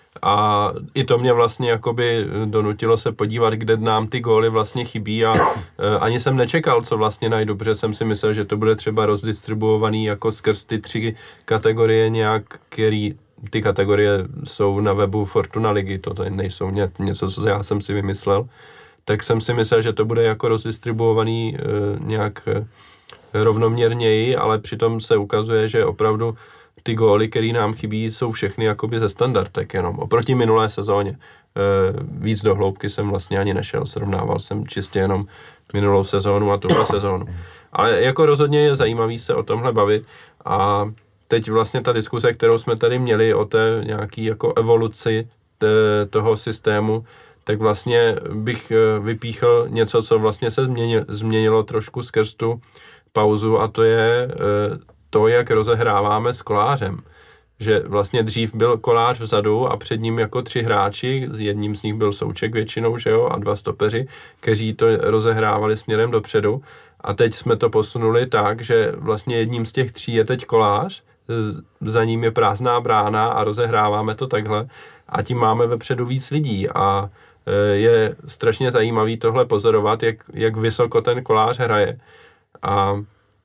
A i to mě vlastně jakoby donutilo se podívat, kde nám ty góly vlastně chybí, a ani jsem nečekal, co vlastně najdu, protože jsem si myslel, že to bude třeba rozdistribuovaný jako skrz ty 3 kategorie nějak, který ty kategorie jsou na webu Fortuna ligy, to tady nejsou něco, co já jsem si vymyslel, tak jsem si myslel, že to bude jako rozdistribuovaný nějak rovnoměrněji, ale přitom se ukazuje, že opravdu ty góly, které nám chybí, jsou všechny jakoby ze standardek jenom. Oproti minulé sezóně. Víc do hloubky jsem vlastně ani nešel, srovnával jsem čistě jenom minulou sezónu a tuhle sezónu. Ale jako rozhodně je zajímavý se o tomhle bavit, a teď vlastně ta diskuse, kterou jsme tady měli o té nějaký jako evoluci toho systému, tak vlastně bych vypíchl něco, co vlastně se změnilo trošku skrz tu pauzu, a to je to, jak rozehráváme s Kolářem. Že vlastně dřív byl Kolář vzadu a před ním jako 3 hráči, jedním z nich byl Souček většinou, že jo, a 2 stopeři, kteří to rozehrávali směrem dopředu. A teď jsme to posunuli tak, že vlastně jedním z těch 3 je teď Kolář, za ním je prázdná brána a rozehráváme to takhle. A tím máme vepředu víc lidí, a je strašně zajímavý tohle pozorovat, jak vysoko ten Kolář hraje. A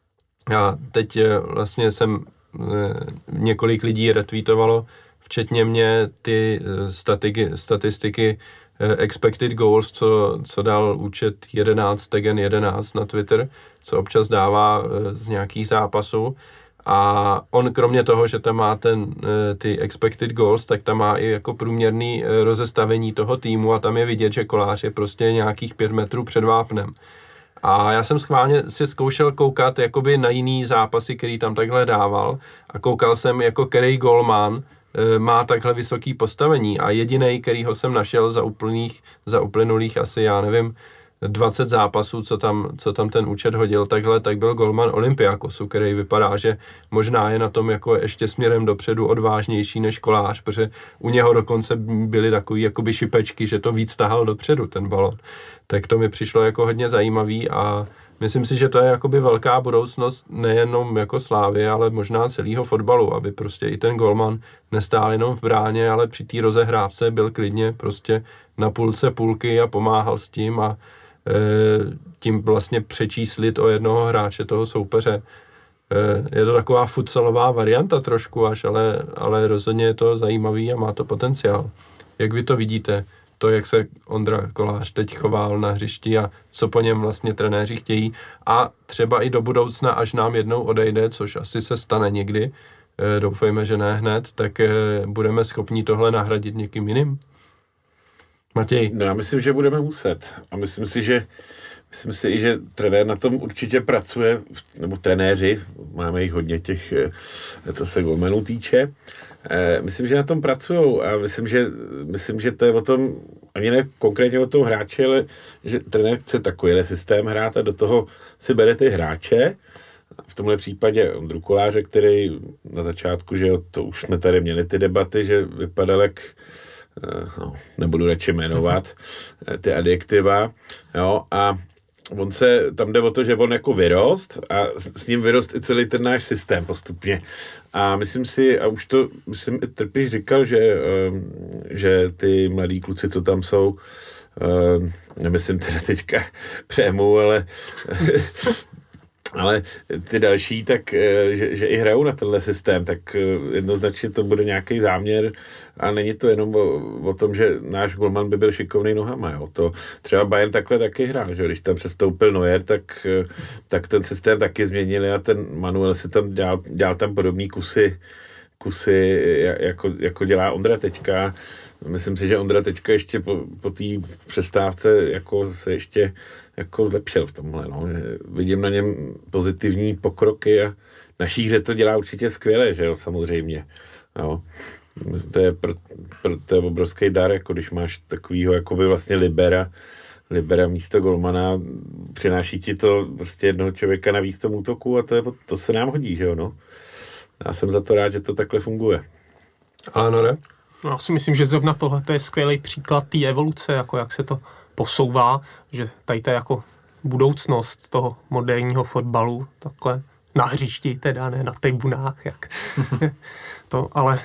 já teď vlastně jsem několik lidí retweetovalo, včetně mě, ty statistiky expected goals, co dal účet 11 Tegen 11 na Twitter, co občas dává z nějakých zápasů. A on kromě toho, že tam má ty expected goals, tak tam má i jako průměrný rozestavení toho týmu, a tam je vidět, že Kolář je prostě nějakých 5 metrů před vápnem. A já jsem schválně si zkoušel koukat jakoby na jiný zápasy, který tam takhle dával, a koukal jsem, jako který golman má takhle vysoký postavení, a jedinej, kterýho jsem našel za uplynulých asi, já nevím, 20 zápasů, co tam ten účet hodil takhle, tak byl golman Olympiakosu, který vypadá, že možná je na tom jako ještě směrem dopředu odvážnější než Kolář, protože u něho dokonce byly takový jakoby šipečky, že to víc tahal dopředu ten balon. Tak to mi přišlo jako hodně zajímavý a myslím si, že to je jakoby velká budoucnost nejenom jako Slávy, ale možná celého fotbalu, aby prostě i ten golman nestál jenom v bráně, ale při té rozehrávce byl klidně prostě na půlce půlky a pomáhal s tím a tím vlastně přečíslit o jednoho hráče toho soupeře. Je to taková futsalová varianta trošku až, ale rozhodně je to zajímavý a má to potenciál. Jak vy to vidíte? To, jak se Ondra Kolář teď choval na hřišti a co po něm vlastně trenéři chtějí a třeba i do budoucna, až nám jednou odejde, což asi se stane někdy, doufejme, že ne hned, tak budeme schopni tohle nahradit někým jiným? Matěj? No, já myslím, že budeme muset a myslím si, že trenér na tom určitě pracuje, nebo trenéři, máme jich hodně těch, co se golmanů týče, myslím, že na tom pracujou a myslím, že to je o tom, ani ne konkrétně o tom hráči, ale že trenér chce takovýhle systém hrát a do toho si bere ty hráče. V tomhle případě Ondru Koláře, který na začátku, že to už jsme tady měli ty debaty, že vypadal jak, no, nebudu radši jmenovat, ty adjektiva, jo, a on se, tam jde o to, že on jako vyrost a s ním vyrost i celý ten náš systém postupně. A myslím si, a už to, myslím, Trpiš říkal, že ty mladí kluci, co tam jsou, nemyslím teda teďka Přemu, ale ty další, tak že i hrajou na tenhle systém, tak jednoznačně to bude nějaký záměr a není to jenom o tom, že náš golman by byl šikovný nohama. Jo. To třeba Bayern takhle taky hrál, že když tam přestoupil Neuer, tak ten systém taky změnili a ten Manuel si tam dělal tam podobný kusy jako dělá Ondra teďka. Myslím si, že Ondra teďka ještě po té přestávce jako se ještě jako zlepšil v tomhle. No. Vidím na něm pozitivní pokroky a naší hře to dělá určitě skvěle, že jo, samozřejmě. Jo. To je obrovský dar, jako když máš takovýho jakoby vlastně libera místo golmana, přináší ti to prostě jednoho člověka na výstup útoku a to se nám hodí, že jo, no. Já jsem za to rád, že to takhle funguje. Ale Nore? No, já si myslím, že zrovna tohle je skvělý příklad té evoluce, jako jak se to posouvá, že tady to je jako budoucnost toho moderního fotbalu, takhle na hřišti, teda ne na tribunách, jak to, ale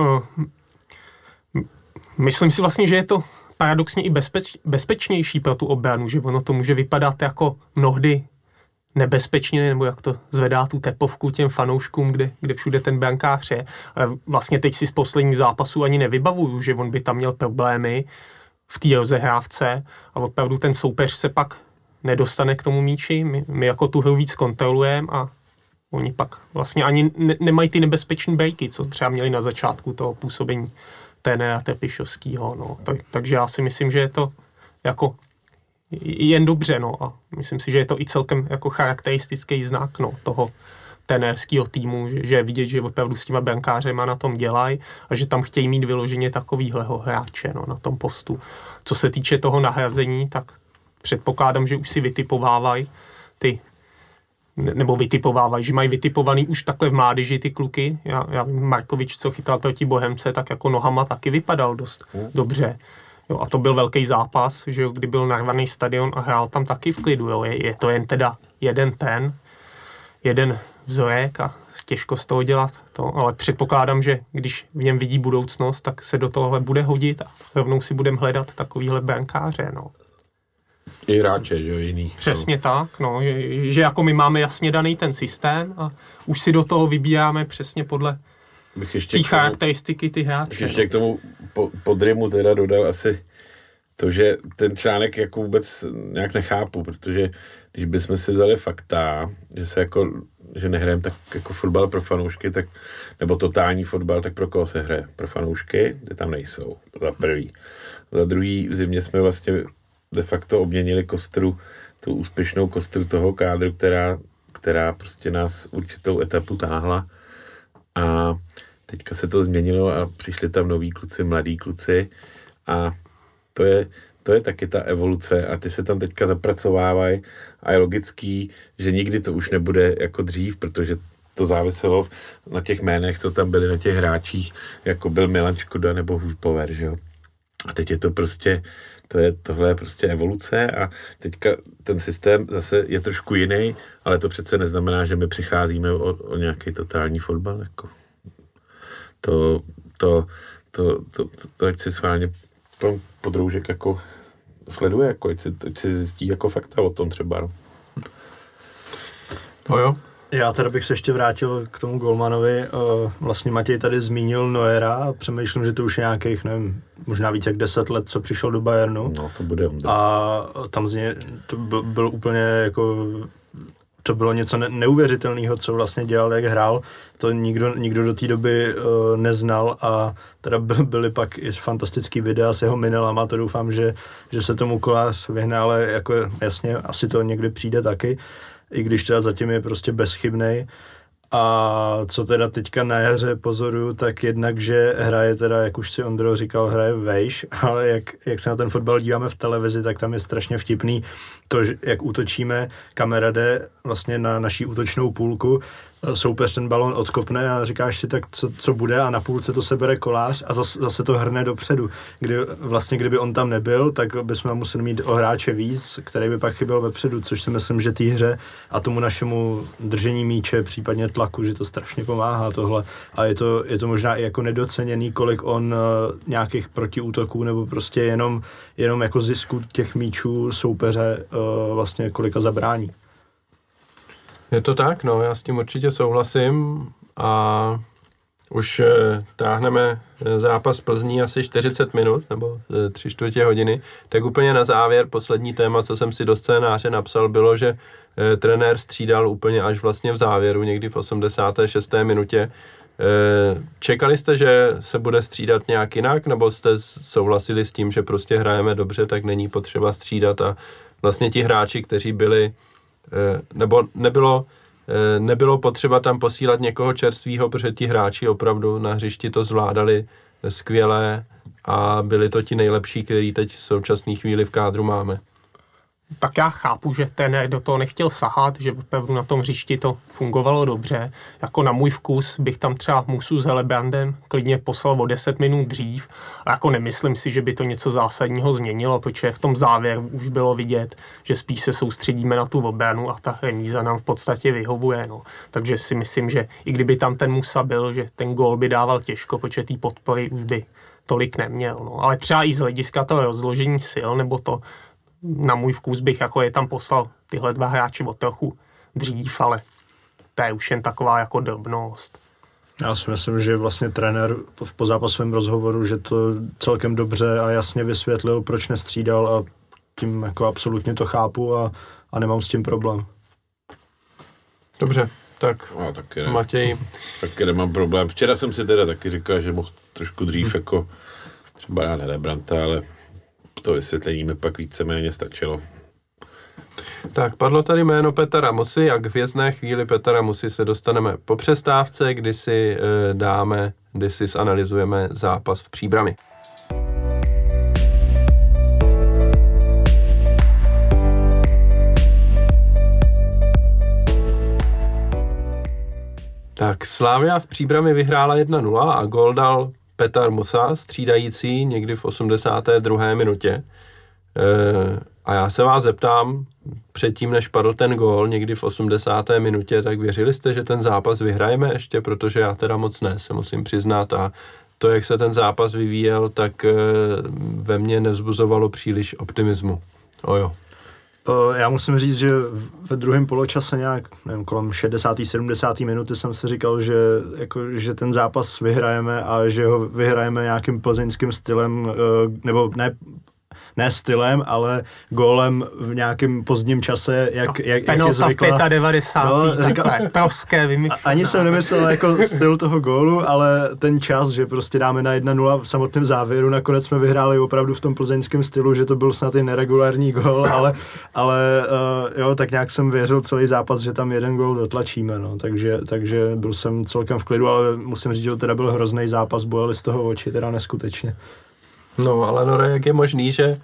myslím si vlastně, že je to paradoxně i bezpečnější pro tu obranu, že ono to může vypadat jako mnohdy nebezpečně, nebo jak to zvedá tu tepovku těm fanouškům, kde všude ten brankář je. Ale vlastně teď si z posledních zápasů ani nevybavuju, že on by tam měl problémy v té rozehrávce a opravdu ten soupeř se pak nedostane k tomu míči. My jako tu hru víc kontrolujeme a oni pak vlastně ani nemají ty nebezpečné breaky, co třeba měli na začátku toho působení trenéra Trpišovského. No. Takže já si myslím, že je to jako jen dobře, no, a myslím si, že je to i celkem jako charakteristický znak, no, toho trenérského týmu, že je vidět, že opravdu s těma brankářema na tom dělají a že tam chtějí mít vyloženě takovýhleho hráče, no, na tom postu. Co se týče toho nahrazení, tak předpokládám, že už si vytipovávají že mají vytipovaný už takhle v mládeži ty kluky. Já vím, Markovič, co chytal proti Bohemce, tak jako nohama taky vypadal dost dobře. Jo, a to byl velký zápas, že jo, kdy byl narvaný stadion a hrál tam taky v klidu. Jo. Je to jen teda jeden vzorek a těžko z toho dělat to, ale předpokládám, že když v něm vidí budoucnost, tak se do tohle bude hodit a rovnou si budeme hledat takovýhle brankáře, no. I hráče, že jo, jiný. Přesně tak, no, že jako my máme jasně daný ten systém a už si do toho vybíráme přesně podle ty charakteristiky, ty hráče. Ještě k tomu podrymu teda dodal asi to, že ten článek jako vůbec nějak nechápu, protože když bychom si vzali fakta, že nehrajeme tak jako fotbal pro fanoušky, tak, nebo totální fotbal, tak pro koho se hraje? Pro fanoušky, kde tam nejsou, za prvý. Za druhý, v zimě jsme vlastně de facto obměnili kostru, tu úspěšnou kostru toho kádru, která prostě nás určitou etapu táhla. A teďka se to změnilo a přišli tam noví kluci, mladí kluci a to je taky ta evoluce a ty se tam teďka zapracovávají a je logický, že nikdy to už nebude jako dřív, protože to záviselo na těch jménech, co tam byly na těch hráčích, jako byl Milan Škoda nebo Hůžpover, že jo. A teď je to prostě, tohle je prostě evoluce a teďka ten systém zase je trošku jiný, ale to přece neznamená, že my přicházíme o nějaký totální fotbal, jako. To ať si schválně pan Podroužek jako sleduje, jako ať si zjistí jako fakta o tom třeba, no. To jo. Já teda bych se ještě vrátil k tomu golmanovi. Vlastně Matěj tady zmínil Neuera a přemýšlím, že to už je nějakých, nevím, možná víc jak 10 let, co přišel do Bayernu. No, to bude on. A tam z něj to byl úplně jako... To bylo něco neuvěřitelného, co vlastně dělal, jak hrál. To nikdo do té doby neznal a teda byly pak i fantastický videa s jeho minelama, to doufám, že se tomu Kolář vyhne, ale jako jasně, asi to někdy přijde taky, i když teda zatím je prostě bezchybnej. A co teda teďka na jaře pozoruju, tak jednak, že hraje teda, jak už si Ondro říkal, hraje vejš, ale jak se na ten fotbal díváme v televizi, tak tam je strašně vtipný to, jak útočíme, kamera jde vlastně na naší útočnou půlku, soupeř ten balón odkopne a říkáš si tak, co bude a na půlce to sebere Kolář a zase to hrne dopředu. Kdyby on tam nebyl, tak bychom museli mít o hráče víc, který by pak chyběl vepředu, což si myslím, že té hře a tomu našemu držení míče, případně tlaku, že to strašně pomáhá tohle. A je to možná i jako nedoceněný, kolik on nějakých protiútoků nebo prostě jenom jako zisku těch míčů soupeře vlastně kolika zabrání. Je to tak, no, já s tím určitě souhlasím a už táhneme zápas Plzní asi 40 minut, nebo 3/4 hodiny, tak úplně na závěr poslední téma, co jsem si do scénáře napsal, bylo, že trenér střídal úplně až vlastně v závěru, někdy v 86. minutě. Čekali jste, že se bude střídat nějak jinak, nebo jste souhlasili s tím, že prostě hrajeme dobře, tak není potřeba střídat a vlastně ti hráči, kteří byli nebo nebylo potřeba tam posílat někoho čerstvýho, protože ti hráči opravdu na hřišti to zvládali skvěle a byli to ti nejlepší, který teď v současné chvíli v kádru máme. Tak já chápu, že ten do toho nechtěl sahat, že opravdu na tom hřišti to fungovalo dobře. Jako na můj vkus bych tam třeba Musu s Helebrandem klidně poslal o 10 minut dřív. A jako nemyslím si, že by to něco zásadního změnilo, protože v tom závěru už bylo vidět, že spíš se soustředíme na tu obranu a ta remíza nám v podstatě vyhovuje. No. Takže si myslím, že i kdyby tam ten Musa byl, že ten gól by dával těžko, protože té podpory už by tolik neměl. No. Ale třeba i z hlediska toho rozložení sil nebo to, na můj vkus bych jako je tam poslal tyhle dva hráči o trochu dřív, ale to je už jen taková jako drobnost. Já si myslím, že vlastně trenér v pozápasovém rozhovoru, že to celkem dobře a jasně vysvětlil, proč nestřídal a tím jako absolutně to chápu a nemám s tím problém. Dobře, tak taky Matěj. Taky nemám problém. Včera jsem si teda taky říkal, že mohl trošku dřív jako třeba dát Helebranta, ale to vysvětlení mi pak víceméně stačilo. Tak, padlo tady jméno Petara Musy a k hvězdné chvíli Petara Musy se dostaneme po přestávce, kdy si zanalyzujeme zápas v Příbrami. Tak, Slavia v Příbrami vyhrála 1-0 a gól dal Petar Musa, střídající někdy v 82. minutě. A já se vás zeptám, předtím, než padl ten gól někdy v 80. minutě, tak věřili jste, že ten zápas vyhrajeme ještě, protože já teda moc ne, se musím přiznat. A to, jak se ten zápas vyvíjel, tak ve mně nevzbuzovalo příliš optimismu. Ojo. Já musím říct, že ve druhém poločase nějak, nevím, kolem 60. 70. minuty jsem si říkal, že ten zápas vyhrajeme a že ho vyhrajeme nějakým plzeňským stylem, nebo ne stylem, ale gólem v nějakém pozdním čase, jak je zvykla. Penalta v 95. To je proské vymyšlené. Ani jsem nemyslel jako styl toho gólu, ale ten čas, že prostě dáme na 1-0 v samotném závěru, nakonec jsme vyhráli opravdu v tom plzeňském stylu, že to byl snad i neregulární gól, ale jo, tak nějak jsem věřil celý zápas, že tam jeden gól dotlačíme, no, takže byl jsem celkem v klidu, ale musím říct, že to teda byl hrozný zápas, bojeli z toho oči, teda neskutečně. No, ale Nore, jak je možný, že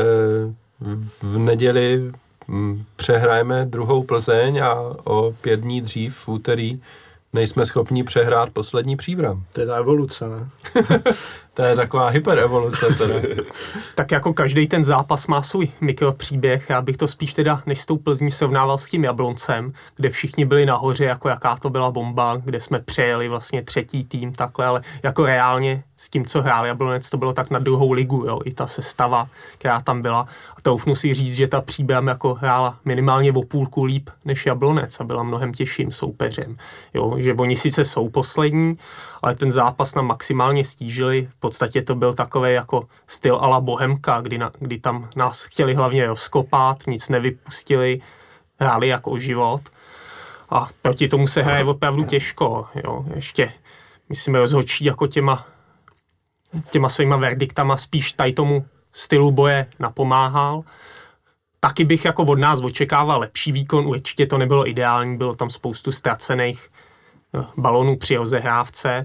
v neděli přehrajeme druhou Plzeň a o 5 dní dřív v úterý nejsme schopni přehrát poslední Příbram. To je ta evoluce, ne? To je taková hyperevoluce teda. Tak jako každý ten zápas má svůj mikropříběh, já bych to spíš teda než s tou Plzní srovnával s tím Jabloncem, kde všichni byli nahoře, jako jaká to byla bomba, kde jsme přejeli vlastně třetí tým takhle, ale jako reálně s tím, co hrál Jablonec, to bylo tak na druhou ligu, jo, i ta sestava, která tam byla. A troufnu si říct, že ta Příbram jako hrála minimálně o půlku líp než Jablonec a byla mnohem těžším soupeřem. Jo, že oni sice jsou poslední, ale ten zápas nám maximálně stížili. V podstatě to byl takový jako styl a la Bohemka, kdy tam nás chtěli hlavně rozkopat, nic nevypustili, hráli jako o život. A proti tomu se hraje opravdu těžko. Jo. Ještě, myslím, rozhodčí jako těma svýma verdiktama spíš tady tomu stylu boje napomáhal. Taky bych jako od nás očekával lepší výkon, určitě to nebylo ideální, bylo tam spoustu ztracených balonů při rozehrávce,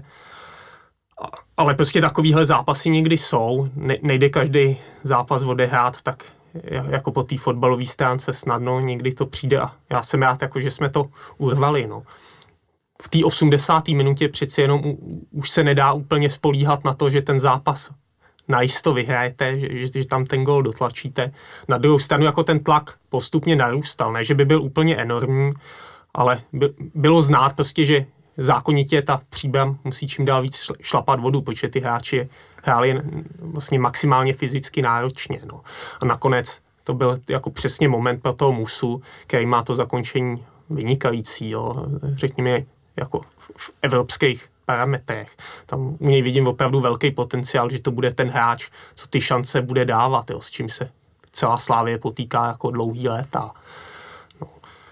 ale prostě takovýhle zápasy někdy jsou, nejde každý zápas odehrát tak jako po té fotbalové stránce snadno, někdy to přijde a já jsem rád, jako, že jsme to urvali. No. V té 80. minutě přeci jenom už se nedá úplně spolíhat na to, že ten zápas najisto vyhrajete, že tam ten gól dotlačíte. Na druhou stranu jako ten tlak postupně narůstal, ne, že by byl úplně enormní, ale bylo znát prostě, že zákonitě ta Příbram musí čím dál víc šlapat vodu, protože ty hráči hráli vlastně maximálně fyzicky náročně. No. A nakonec to byl jako přesně moment pro toho Musu, který má to zakončení vynikající, jo. Řekněme jako v evropských parametrech. Tam u něj vidím opravdu velký potenciál, že to bude ten hráč, co ty šance bude dávat, jo, s čím se celá Slavie potýká jako dlouhý léta. No.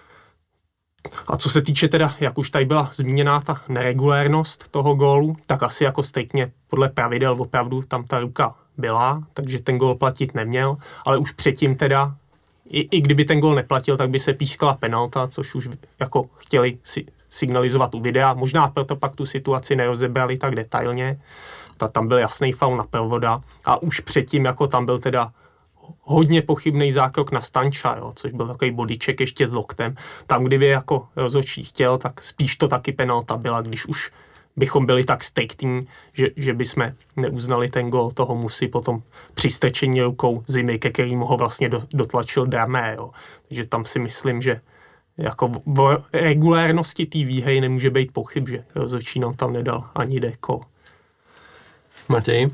A co se týče teda, jak už tady byla zmíněná ta neregulérnost toho gólu, tak asi jako striktně podle pravidel opravdu tam ta ruka byla, takže ten gól platit neměl, ale už předtím teda, i kdyby ten gól neplatil, tak by se pískala penalta, což už jako chtěli signalizovat u videa. Možná proto pak tu situaci nerozebrali tak detailně. Tam byl jasný faul na Provoda a už předtím jako tam byl teda hodně pochybný zákrok na Stanča, jo, což byl takový bodyček ještě s loktem. Tam, kdyby jako rozhodčí chtěl, tak spíš to taky penalta byla, když už bychom byli tak striktní, že bychom neuznali ten gól toho Musy potom při strčení rukou Zimy, ke kterému ho vlastně dotlačil Dramé. Jo. Takže tam si myslím, že jako v regulérnosti té výhry nemůže být pochyb, že rozhodčí nám tam nedal ani deko. Matěj?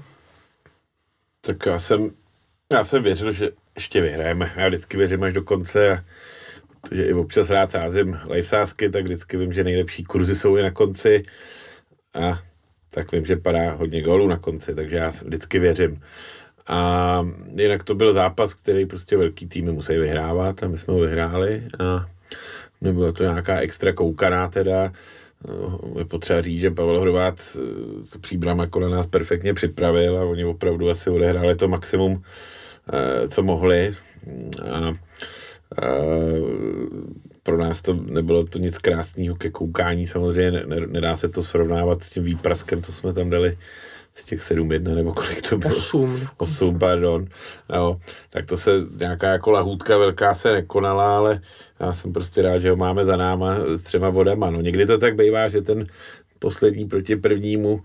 Tak já jsem věřil, že ještě vyhrajeme. Já vždycky věřím až do konce, protože i občas rád sázím lifesázky, tak vždycky vím, že nejlepší kurzy jsou i na konci. A tak vím, že padá hodně gólů na konci, takže já vždycky věřím. A jinak to byl zápas, který prostě velký týmy musí vyhrávat a my jsme ho vyhráli a nebyla to nějaká extra koukaná teda. Je potřeba říct, že Pavel Horváth to Příbram jako na nás perfektně připravil a oni opravdu asi odehráli to maximum, co mohli. A pro nás to nebylo to nic krásného ke koukání, samozřejmě nedá se to srovnávat s tím výpraskem, co jsme tam dali, z těch 7-1 nebo kolik to bylo? 8, pardon. Jo, tak to se nějaká jako lahůdka velká se nekonala, ale já jsem prostě rád, že ho máme za náma s 3 bodama. No, někdy to tak bývá, že ten poslední proti prvnímu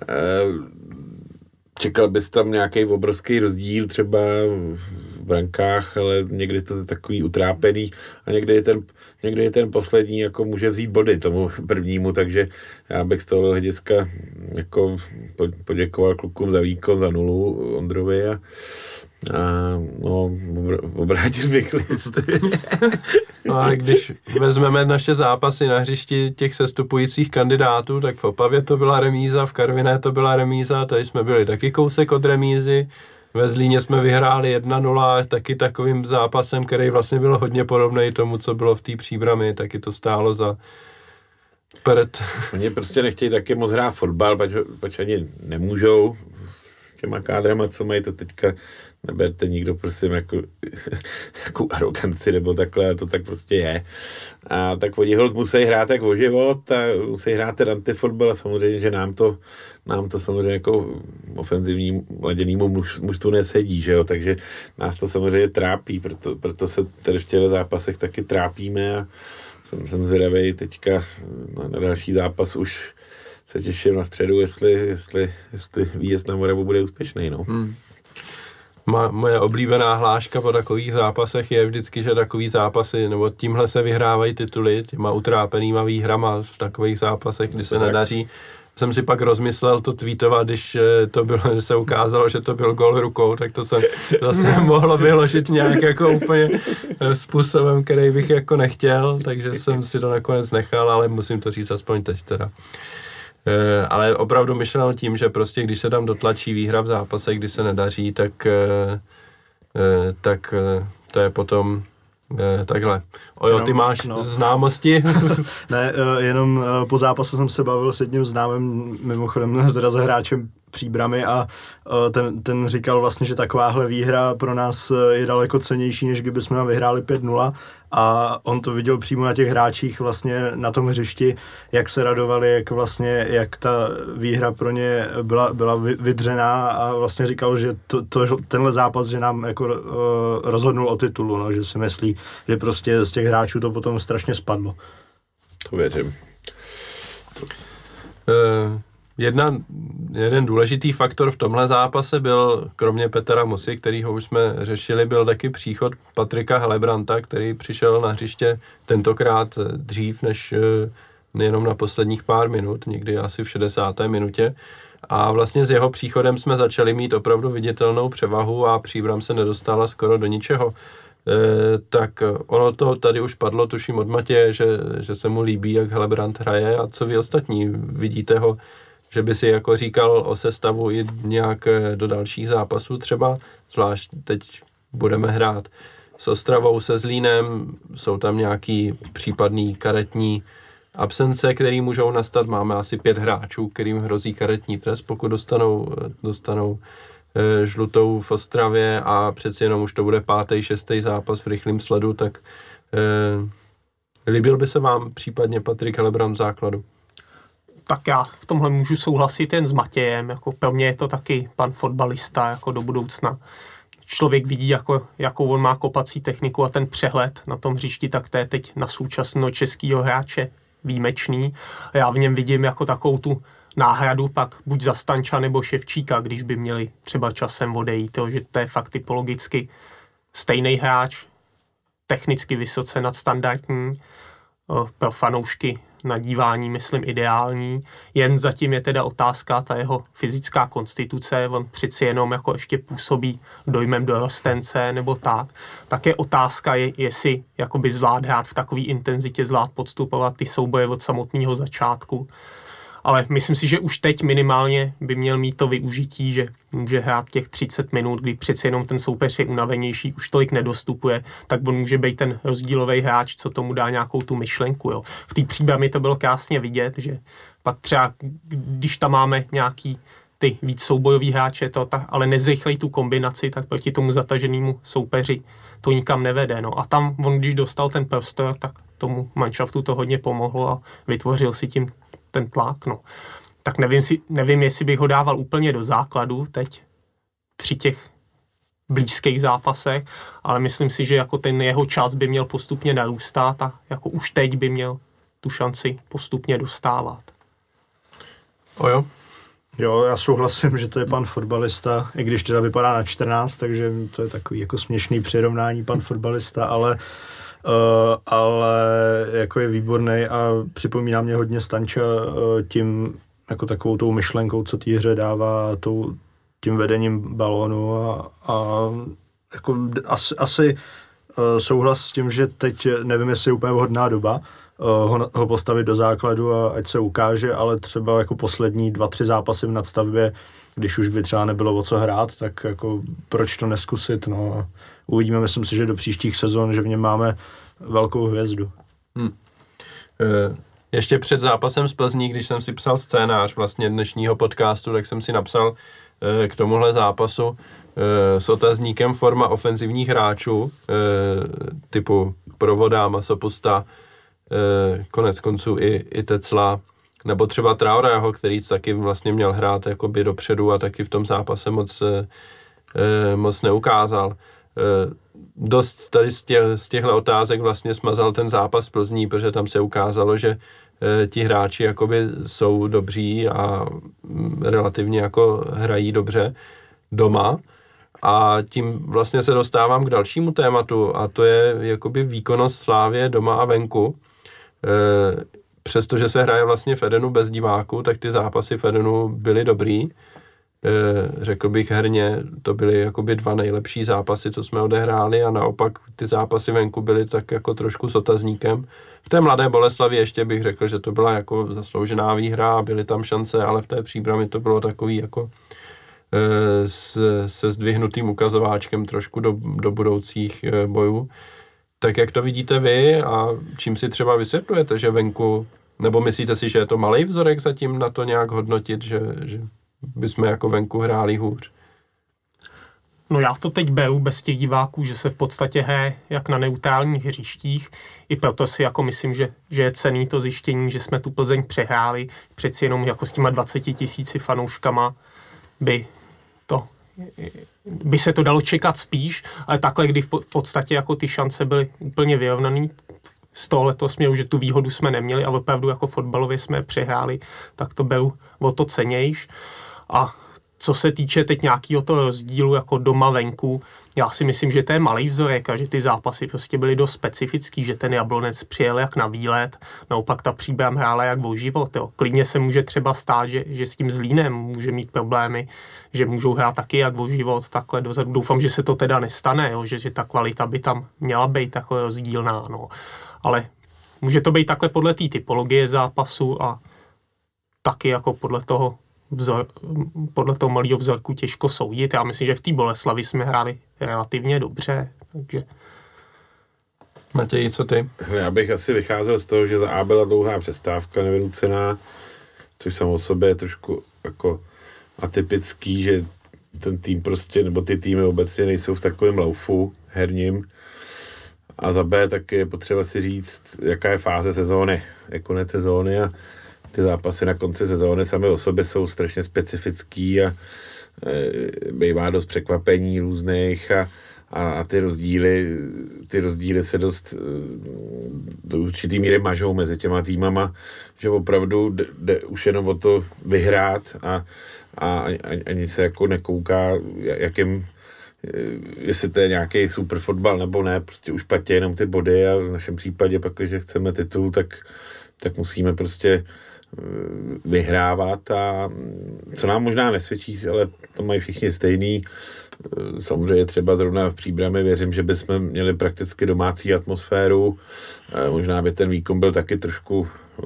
čekal bys tam nějaký obrovský rozdíl třeba v brankách, ale někdy to je takový utrápený a někdy je ten poslední jako může vzít body tomu prvnímu, takže já bych z toho hlediska jako poděkoval klukům za výkon, za 0 Ondrovi a no, obrátil bych list. No a když vezmeme naše zápasy na hřišti těch sestupujících kandidátů, tak v Opavě to byla remíza, v Karviné to byla remíza, tady jsme byli taky kousek od remízy, ve Zlíně jsme vyhráli 1-0, taky takovým zápasem, který vlastně byl hodně podobný tomu, co bylo v té Příbrami, taky to stálo za prd. Oni prostě nechtějí taky moc hrát fotbal, pač ani nemůžou s těma kádrama, co mají, to teďka neberte nikdo prosím jako aroganci nebo takhle, to tak prostě je. A tak oni holt musí hrát jak o život a musí hrát ten antifotbal a samozřejmě, že nám to samozřejmě jako ofenzivní laděnýmu mužstvu nesedí, že jo, takže nás to samozřejmě trápí, proto se tady v těchto zápasech taky trápíme a jsem zvědavý teďka na další zápas už se těším na středu, jestli výjezd na Moravu bude úspěšný, no. Moje oblíbená hláška po takových zápasech je vždycky, že takový zápasy, nebo tímhle se vyhrávají tituly, těma utrápenýma výhrama v takových zápasech, kdy se nedaří. Jsem si pak rozmyslel to tweetovat, když se ukázalo, že to byl gól rukou, tak to jsem zase mohlo vyložit nějak jako úplně způsobem, který bych jako nechtěl, takže jsem si to nakonec nechal, ale musím to říct aspoň teď teda. Ale opravdu myšleno tím, že prostě když se tam dotlačí výhra v zápase, kdy se nedaří, tak to je potom takhle. Ojo, ty máš známosti? Ne, jenom po zápase jsem se bavil s jedním známým, mimochodem teda za hráčem Příbramy a ten říkal vlastně, že takováhle výhra pro nás je daleko cennější, než kdyby jsme vyhráli 5-0 a on to viděl přímo na těch hráčích vlastně na tom hřišti, jak se radovali, jak ta výhra pro ně byla vydřená a vlastně říkal, že tenhle zápas, že nám jako rozhodnul o titulu, no, že si myslí, že prostě z těch hráčů to potom strašně spadlo. To věřím. Jeden důležitý faktor v tomhle zápase byl, kromě Petra Musy, kterýho už jsme řešili, byl taky příchod Patrika Helebranta, který přišel na hřiště tentokrát dřív, než jenom na posledních pár minut, někdy asi v 60. minutě. A vlastně s jeho příchodem jsme začali mít opravdu viditelnou převahu a Příbram se nedostala skoro do ničeho. Tak ono to tady už padlo, tuším od Matěje, že se mu líbí, jak Helebrant hraje a co vy ostatní, vidíte ho, že by si jako říkal o sestavu i nějak do dalších zápasů třeba, zvlášť teď budeme hrát s Ostravou, se Zlínem, jsou tam nějaký případný karetní absence, který můžou nastat, máme asi 5 hráčů, kterým hrozí karetní trest, pokud dostanou žlutou v Ostravě a přeci jenom už to bude 5., 6. zápas v rychlém sledu, tak líbil by se vám případně Patrik Helebrant v základu? Tak já v tomhle můžu souhlasit jen s Matějem, jako pro mě je to taky pan fotbalista jako do budoucna. Člověk vidí, jakou on má kopací techniku a ten přehled na tom hřišti, tak to je teď na současného českého hráče výjimečný. A já v něm vidím jako takovou tu náhradu pak buď za Stanča nebo Ševčíka, když by měli třeba časem odejít, že to je fakt typologicky stejný hráč, technicky vysoce nadstandardní, pro fanoušky na dívání, myslím, ideální. Jen zatím je teda otázka, ta jeho fyzická konstituce, on přeci jenom jako ještě působí dojmem dorostence nebo tak. Tak je otázka, jestli jakoby zvlád hrát v takové intenzitě, zvlád podstupovat ty souboje od samotného začátku. Ale myslím si, že už teď minimálně by měl mít to využití, že může hrát těch 30 minut, kdy přeci jenom ten soupeř je unavenější, už tolik nedostupuje, tak on může být ten rozdílový hráč, co tomu dá nějakou tu myšlenku. Jo. V té Příbrami to bylo krásně vidět, že pak třeba, když tam máme nějaký ty víc soubojový hráče, ale nezrychlej tu kombinaci, tak proti tomu zataženému soupeři to nikam nevede. No. A tam on, když dostal ten prostor, tak tomu manšaftu to hodně pomohlo a vytvořil si tím ten tlak, no. Tak nevím, jestli bych ho dával úplně do základu teď při těch blízkých zápasech, ale myslím si, že jako ten jeho čas by měl postupně narůstat a jako už teď by měl tu šanci postupně dostávat. Ojo? Jo, já souhlasím, že to je pan fotbalista, i když teda vypadá na 14, takže to je takový jako směšný přirovnání pan fotbalista, ale jako je výborný a připomíná mě hodně Stanča tím, jako takovou tou myšlenkou, co té hře dává, tím vedením balónu a jako asi souhlas s tím, že teď nevím, jestli je úplně vhodná doba ho postavit do základu a ať se ukáže, ale třeba jako poslední 2-3 zápasy v nadstavbě, když už by třeba nebylo o co hrát, tak jako proč to neskusit, no. Uvidíme, myslím si, že do příštích sezon, že v něm máme velkou hvězdu. Ještě před zápasem s Plzní, když jsem si psal scénář vlastně dnešního podcastu, tak jsem si napsal k tomuhle zápasu s otazníkem forma ofenzivních hráčů typu Provoda, Masopusta, konec konců i Tecla, nebo třeba Traoreho, který taky vlastně měl hrát jakoby dopředu a taky v tom zápase moc neukázal. Dost tady z těchto otázek vlastně smazal ten zápas Plzní, protože tam se ukázalo, že ti hráči jakoby jsou dobří a relativně jako hrají dobře doma. A tím vlastně se dostávám k dalšímu tématu a to je jakoby výkonnost Slavie doma a venku. Přestože se hraje vlastně v Edenu bez diváků, tak ty zápasy v Edenu byly dobrý. Řekl bych herně, to byly jakoby 2 nejlepší zápasy, co jsme odehráli a naopak ty zápasy venku byly tak jako trošku s otazníkem. V té Mladé Boleslavi ještě bych řekl, že to byla jako zasloužená výhra a byly tam šance, ale v té Příbrami to bylo takový jako se zdvihnutým ukazováčkem trošku do budoucích bojů. Tak jak to vidíte vy a čím si třeba vysvětlujete, že venku, nebo myslíte si, že je to malej vzorek zatím na to nějak hodnotit, že bychom jako venku hráli hůř? No já to teď beru bez těch diváků, že se v podstatě hraje jak na neutrálních hřištích. I proto si jako myslím, že je cenný to zjištění, že jsme tu Plzeň přehráli. Přeci jenom jako s těma 20 000 fanouškama by se to dalo čekat spíš, ale takhle, kdy v podstatě jako ty šance byly úplně vyrovnaný, z toho letos měl, že tu výhodu jsme neměli a opravdu jako fotbalově jsme přehráli, tak to beru o to cenějš. A co se týče teď nějakého toho rozdílu jako doma venku, já si myslím, že to je malý vzorek a že ty zápasy prostě byly dost specifický, že ten Jablonec přijel jak na výlet, naopak ta Příbram hrála jak o život. Jo. Klidně se může třeba stát, že s tím Zlínem může mít problémy, že můžou hrát taky jak o život, takhle dozadu. Doufám, že se to teda nestane, jo, že ta kvalita by tam měla být takhle rozdílná. No. Ale může to být takhle podle té typologie zápasu a taky jako podle toho malého vzorku těžko soudit. Já myslím, že v té Boleslavi jsme hráli relativně dobře. Takže... Matěj, co ty? Já bych asi vycházel z toho, že za A byla dlouhá přestávka nevynucená, což samo o sobě je trošku jako atypický, že ten tým prostě, nebo ty týmy obecně nejsou v takovém laufu herním. A za B taky je potřeba si říct, jaká je fáze sezóny, je konec sezóny a ty zápasy na konci sezóny sami o sobě jsou strašně specifický a bývá dost překvapení různých a ty rozdíly se dost do určitý míry mažou mezi těma týmama, že opravdu jde už jenom o to vyhrát a ani se jako nekouká, jestli to je nějaký super fotbal nebo ne, prostě už platí jenom ty body a v našem případě pak, když chceme titul, tak musíme prostě vyhrávat a co nám možná nesvědčí, ale to mají všichni stejný. Samozřejmě třeba zrovna v Příbrami věřím, že bychom měli prakticky domácí atmosféru. Možná by ten výkon byl taky trošku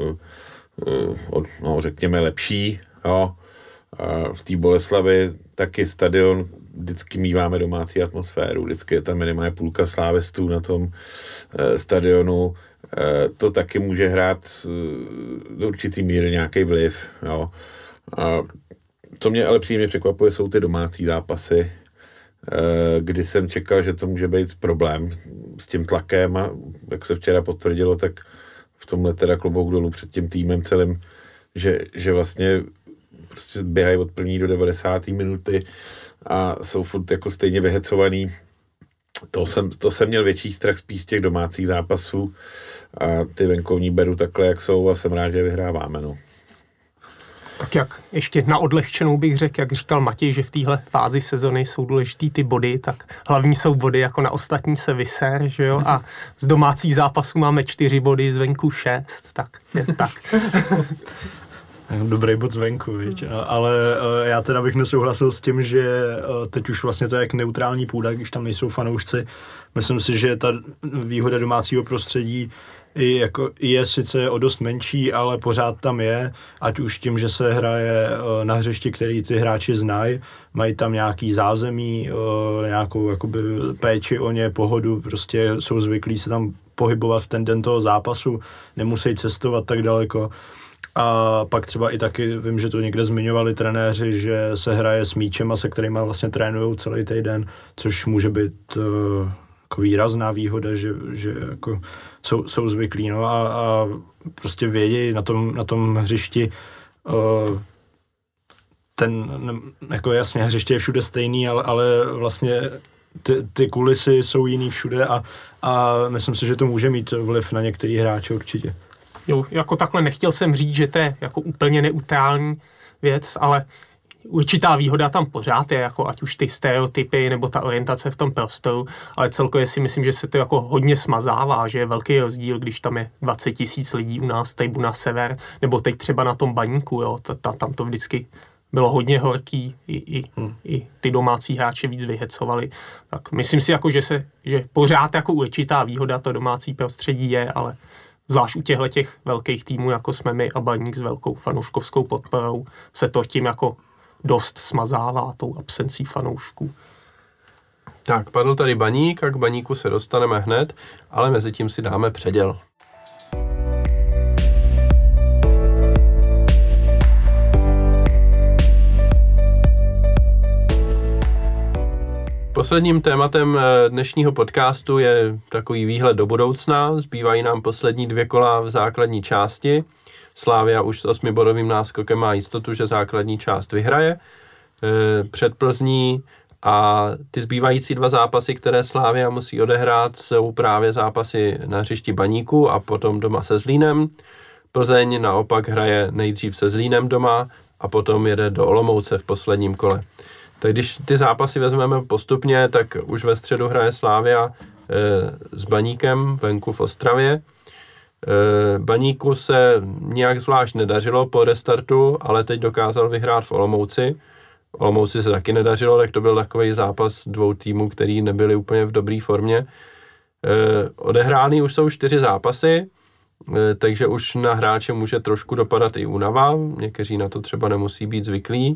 řekněme lepší. Jo. V té Boleslavi taky stadion, vždycky míváme domácí atmosféru, vždycky je tam minimálně půlka slávistů na tom stadionu. To taky může hrát do určitý míry nějaký vliv. Jo. Co mě ale příjemně překvapuje, jsou ty domácí zápasy, kdy jsem čekal, že to může být problém s tím tlakem a jak se včera potvrdilo, tak v tomhle teda klobouk dolů před tím týmem celým, že vlastně prostě běhají od první do 90. minuty a jsou furt jako stejně vyhecovaný. To jsem měl větší strach spíš z těch domácích zápasů a ty venkovní beru takhle, jak jsou a jsem rád, že vyhráváme. No. Tak jak ještě na odlehčenou bych řekl, jak říkal Matěj, že v téhle fázi sezony jsou důležitý ty body, tak hlavní jsou body, jako na ostatní se vyser, že jo, a z domácích zápasů máme 4 body, zvenku 6, tak je tak. Dobrý bod zvenku, víš? Ale já teda bych nesouhlasil s tím, že teď už vlastně to je jak neutrální půda, když tam nejsou fanoušci. Myslím si, že ta výhoda domácího prostředí je sice o dost menší, ale pořád tam je, ať už tím, že se hraje na hřišti, který ty hráči znají, mají tam nějaký zázemí, nějakou jakoby péči o ně, pohodu, prostě jsou zvyklí se tam pohybovat v ten den toho zápasu, nemusí cestovat tak daleko. A pak třeba i taky, vím, že to někde zmiňovali trenéři, že se hraje s míčema, se kterými vlastně trénujou celý týden, což může být jako výrazná výhoda, že jako jsou zvyklí, no a prostě vědí na tom hřišti, jako jasně, hřiště je všude stejný, ale vlastně ty kulisy jsou jiný všude a myslím si, že to může mít vliv na některý hráče určitě. Jo, jako takhle nechtěl jsem říct, že to je jako úplně neutrální věc, ale určitá výhoda tam pořád je, jako ať už ty stereotypy nebo ta orientace v tom prostoru, ale celkově si myslím, že se to jako hodně smazává, že je velký rozdíl, když tam je 20 000 lidí u nás, tady na sever, nebo teď třeba na tom Baníku, jo, tam to vždycky bylo hodně horký, i ty domácí hráče víc vyhecovali. Tak myslím si, jako, že pořád jako určitá výhoda to domácí prostředí je, ale zvlášť u těch velkých týmů, jako jsme my a Baník s velkou fanouškovskou podporou, se to tím jako dost smazává tou absencí fanoušků. Tak, padl tady Baník a k Baníku se dostaneme hned, ale mezi tím si dáme předěl. Posledním tématem dnešního podcastu je takový výhled do budoucna. Zbývají nám poslední 2 kola v základní části. Slavia už s 8bodovým náskokem má jistotu, že základní část vyhraje před Plzní a ty zbývající 2 zápasy, které Slavia musí odehrát, jsou právě zápasy na hřišti Baníku a potom doma se Zlínem. Plzeň naopak hraje nejdřív se Zlínem doma a potom jede do Olomouce v posledním kole. Tak když ty zápasy vezmeme postupně, tak už ve středu hraje Slavia s Baníkem venku v Ostravě. Baníku se nějak zvlášť nedařilo po restartu, ale teď dokázal vyhrát v Olomouci. Olomouci se taky nedařilo, tak to byl takový zápas 2 týmů, který nebyli úplně v dobré formě. Odehrány už jsou 4 zápasy, takže už na hráče může trošku dopadat i únava. Někteří na to třeba nemusí být zvyklí.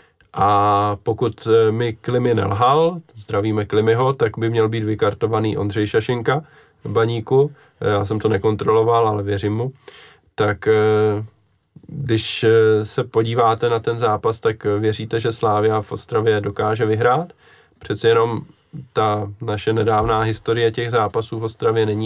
A pokud mi Klimy nelhal, zdravíme Klimyho, tak by měl být vykartovaný Ondřej Šašinka v Baníku. Já jsem to nekontroloval, ale věřím mu. Tak když se podíváte na ten zápas, tak věříte, že Slavia v Ostravě dokáže vyhrát? Přeci jenom ta naše nedávná historie těch zápasů v Ostravě není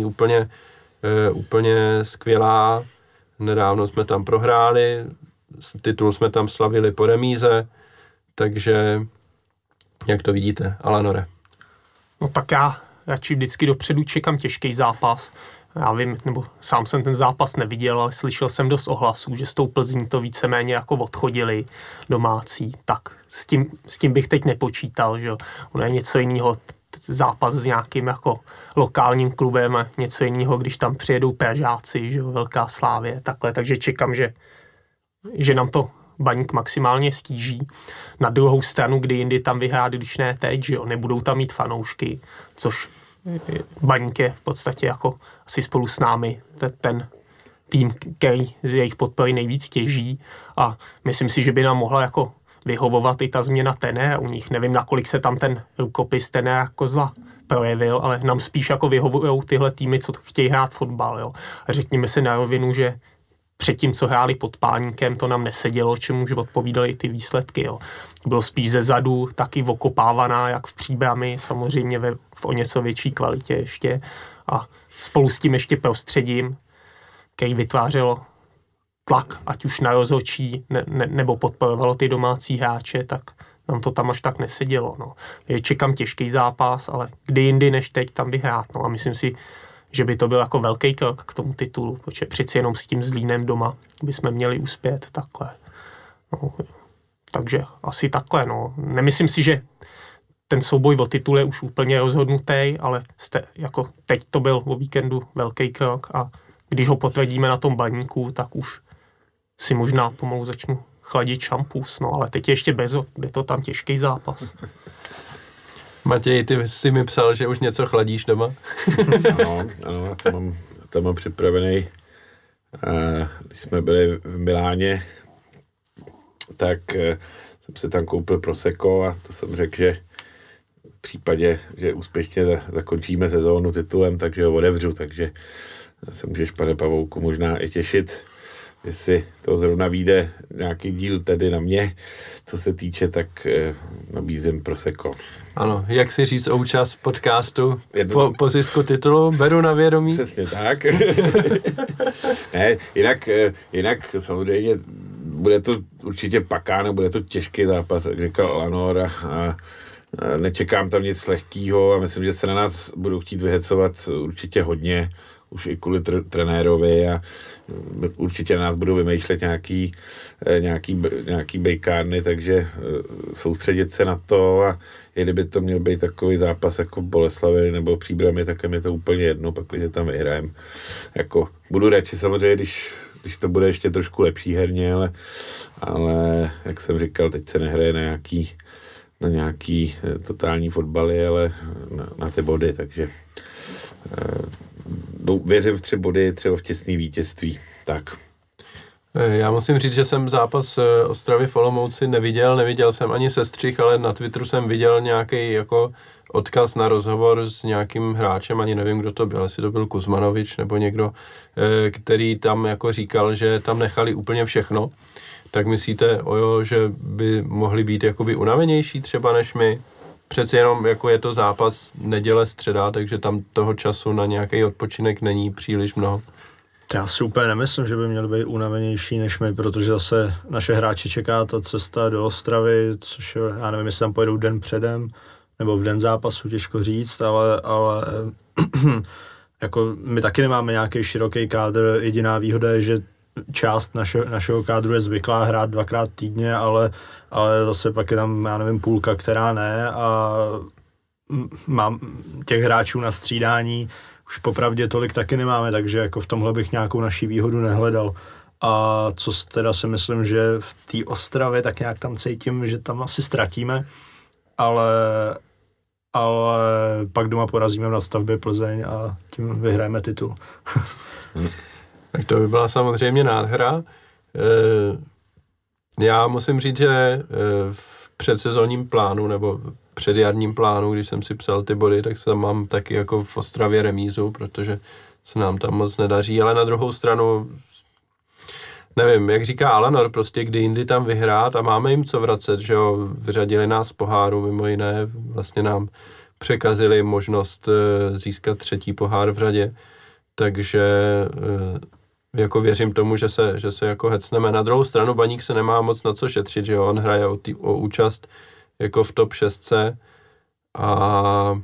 úplně skvělá. Nedávno jsme tam prohráli, titul jsme tam slavili po remíze, takže jak to vidíte, Alanore? No tak já radši vždycky dopředu čekám těžký zápas. Já vím, nebo sám jsem ten zápas neviděl, ale slyšel jsem dost ohlasů, že s tou Plzní to víceméně jako odchodili domácí. Tak s tím bych teď nepočítal, že ono je něco jiného zápas s nějakým jako lokálním klubem a něco jiného, když tam přijedou Pražáci, že velká Slávie, takhle. Takže čekám, že nám to Baník maximálně stíží. Na druhou stranu, kdy jindy tam vyhrát, když ne teď, že jo, nebudou tam mít fanoušky, což Baník je v podstatě jako asi spolu s námi ten tým, který z jejich podpory nejvíc těží a myslím si, že by nám mohla jako vyhovovat i ta změna trenéra u nich. Nevím, nakolik se tam ten rukopis trenéra Kozla projevil, ale nám spíš jako vyhovujou tyhle týmy, co chtějí hrát fotbal. Jo. A řekněme si na rovinu, že předtím, co hráli pod Páníkem, to nám nesedělo, čemuž odpovídaly ty výsledky. Jo. Bylo spíš ze zadu, taky okopávaná, jak v Příbrami, samozřejmě v o něco větší kvalitě ještě. A spolu s tím ještě prostředím, který vytvářelo tlak, ať už na rozhodčí, nebo podporovalo ty domácí hráče, tak nám to tam až tak nesedělo. No. Čekám těžký zápas, ale kdy jindy než teď tam vyhrát. No. A myslím si, že by to byl jako velký krok k tomu titulu, protože přeci jenom s tím Zlínem doma bychom měli uspět takhle. No, takže asi takhle. No. Nemyslím si, že ten souboj o titul je už úplně rozhodnutý, ale jako teď to byl o víkendu velký krok a když ho potvrdíme na tom Baníku, tak už si možná pomalu začnu chladit šampus, no ale teď je ještě brzo, je to tam těžký zápas. Matěj, ty jsi mi psal, že už něco chladíš doma? Ano, tam mám připravený. Když jsme byli v Miláně, tak jsem si tam koupil Prosecco a to jsem řekl, že v případě, že úspěšně zakončíme sezónu titulem, takže ho odevřu, takže se můžeš, pane Pavouku, možná i těšit. jestli to zrovna vyjde nějaký díl tedy na mě, co se týče, tak nabízím Prosecco. Ano, jak si říct o účast v podcastu po zisku titulu, beru na vědomí. Přesně tak. Ne, jinak samozřejmě bude to určitě pakáno, bude to těžký zápas, jak říkal Alanor, a nečekám tam nic lehkýho a myslím, že se na nás budou chtít vyhecovat určitě hodně, už i kvůli trenérovi a určitě na nás budou vymýšlet nějaký bejkárny, takže soustředit se na to a kdyby to měl být takový zápas jako Boleslavy nebo Příbramy, tak je mi to úplně jedno, pak když tam vyhrajem. Jako, budu radši samozřejmě, když to bude ještě trošku lepší herně, ale jak jsem říkal, teď se nehraje na nějaký totální fotbaly, ale na ty body, takže věřím v 3 body, třeba v těsný vítězství. Tak. Já musím říct, že jsem zápas Ostravy v Olomouci neviděl jsem ani sestřih, ale na Twitteru jsem viděl nějaký jako odkaz na rozhovor s nějakým hráčem, ani nevím, kdo to byl, jestli to byl Kuzmanovič nebo někdo, který tam jako říkal, že tam nechali úplně všechno. Tak myslíte, Ojo, že by mohli být jakoby unavenější třeba než my? Přeci jenom jako je to zápas neděle, středa, takže tam toho času na nějaký odpočinek není příliš mnoho. Já si úplně nemyslím, že by měli být unavenější než my, protože zase naše hráči čeká ta cesta do Ostravy, což je, já nevím, jestli tam pojedou den předem, nebo v den zápasu, těžko říct, ale jako my taky nemáme nějaký široký kádr, jediná výhoda je, že část našeho kádru je zvyklá hrát 2krát týdně, ale zase pak je tam, já nevím, půlka, která ne a mám těch hráčů na střídání už popravdě tolik taky nemáme, takže jako v tomhle bych nějakou naší výhodu nehledal. A co teda si myslím, že v té Ostravě tak nějak tam cítím, že tam asi ztratíme, ale pak doma porazíme na stavbě Plzeň a tím vyhrajeme titul. Tak to by byla samozřejmě nádhera. Já musím říct, že v předsezónním plánu nebo předjarním plánu, když jsem si psal ty body, tak tam mám taky jako v Ostravě remízu, protože se nám tam moc nedaří, ale na druhou stranu nevím, jak říká Alanor, prostě kdy jindy tam vyhrát a máme jim co vracet, že jo, vyřadili nás z poháru, mimo jiné, vlastně nám překazili možnost získat 3. pohár v řadě, takže jako věřím tomu, že se jako hecneme. Na druhou stranu Baník se nemá moc na co šetřit, že jo, on hraje o účast jako v top 6 a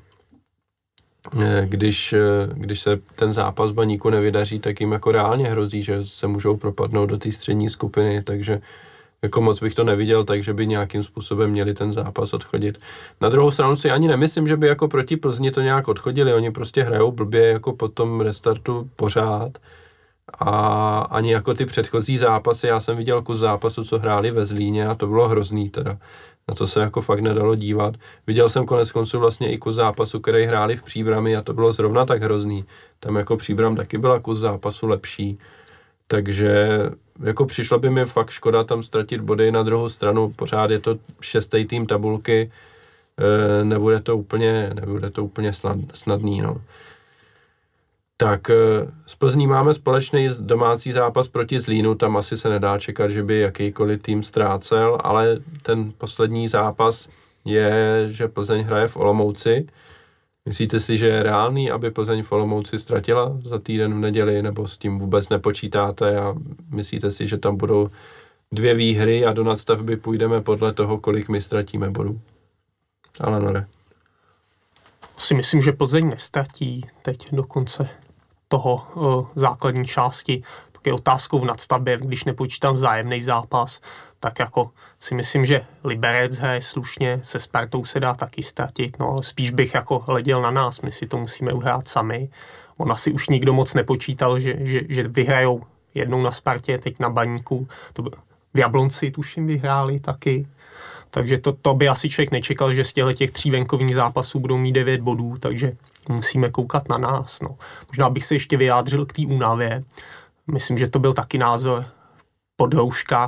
když se ten zápas Baníku nevydaří, tak jim jako reálně hrozí, že se můžou propadnout do té střední skupiny, takže jako moc bych to neviděl, takže by nějakým způsobem měli ten zápas odchodit. Na druhou stranu si ani nemyslím, že by jako proti Plzni to nějak odchodili, oni prostě hrajou blbě jako po tom restartu pořád a ani jako ty předchozí zápasy, já jsem viděl kus zápasu, co hráli ve Zlíně a to bylo hrozný teda. Na to se jako fakt nedalo dívat. Viděl jsem koneckonců vlastně i kus zápasu, který hráli v Příbrami a to bylo zrovna tak hrozný. Tam jako Příbram taky byla kus zápasu lepší. Takže jako přišlo by mi fakt škoda tam ztratit body. Na druhou stranu pořád je to 6. tým tabulky. Nebude to úplně snadný. No. Tak z Plzní máme společný domácí zápas proti Zlínu, tam asi se nedá čekat, že by jakýkoliv tým ztrácel, ale ten poslední zápas je, že Plzeň hraje v Olomouci. Myslíte si, že je reálný, aby Plzeň v Olomouci ztratila za týden v neděli, nebo s tím vůbec nepočítáte a myslíte si, že tam budou 2 výhry a do nadstavby půjdeme podle toho, kolik my ztratíme bodů? Alanore. Si myslím, že Plzeň nestratí teď do konce toho základní části. Pak je otázkou v nadstavbě, když nepočítám vzájemný zápas, tak jako si myslím, že Liberec hraje slušně, se Spartou se dá taky ztratit, no ale spíš bych jako hleděl na nás, my si to musíme uhrát sami. On asi už nikdo moc nepočítal, že vyhrajou jednou na Spartě, teď na Baníku. V Jablonci tuším vyhráli taky. Takže to by asi člověk nečekal, že z těch 3 venkovních zápasů budou mít 9 bodů, takže musíme koukat na nás. No. Možná bych se ještě vyjádřil k té únavě. Myslím, že to byl taky názor po Hrouškách.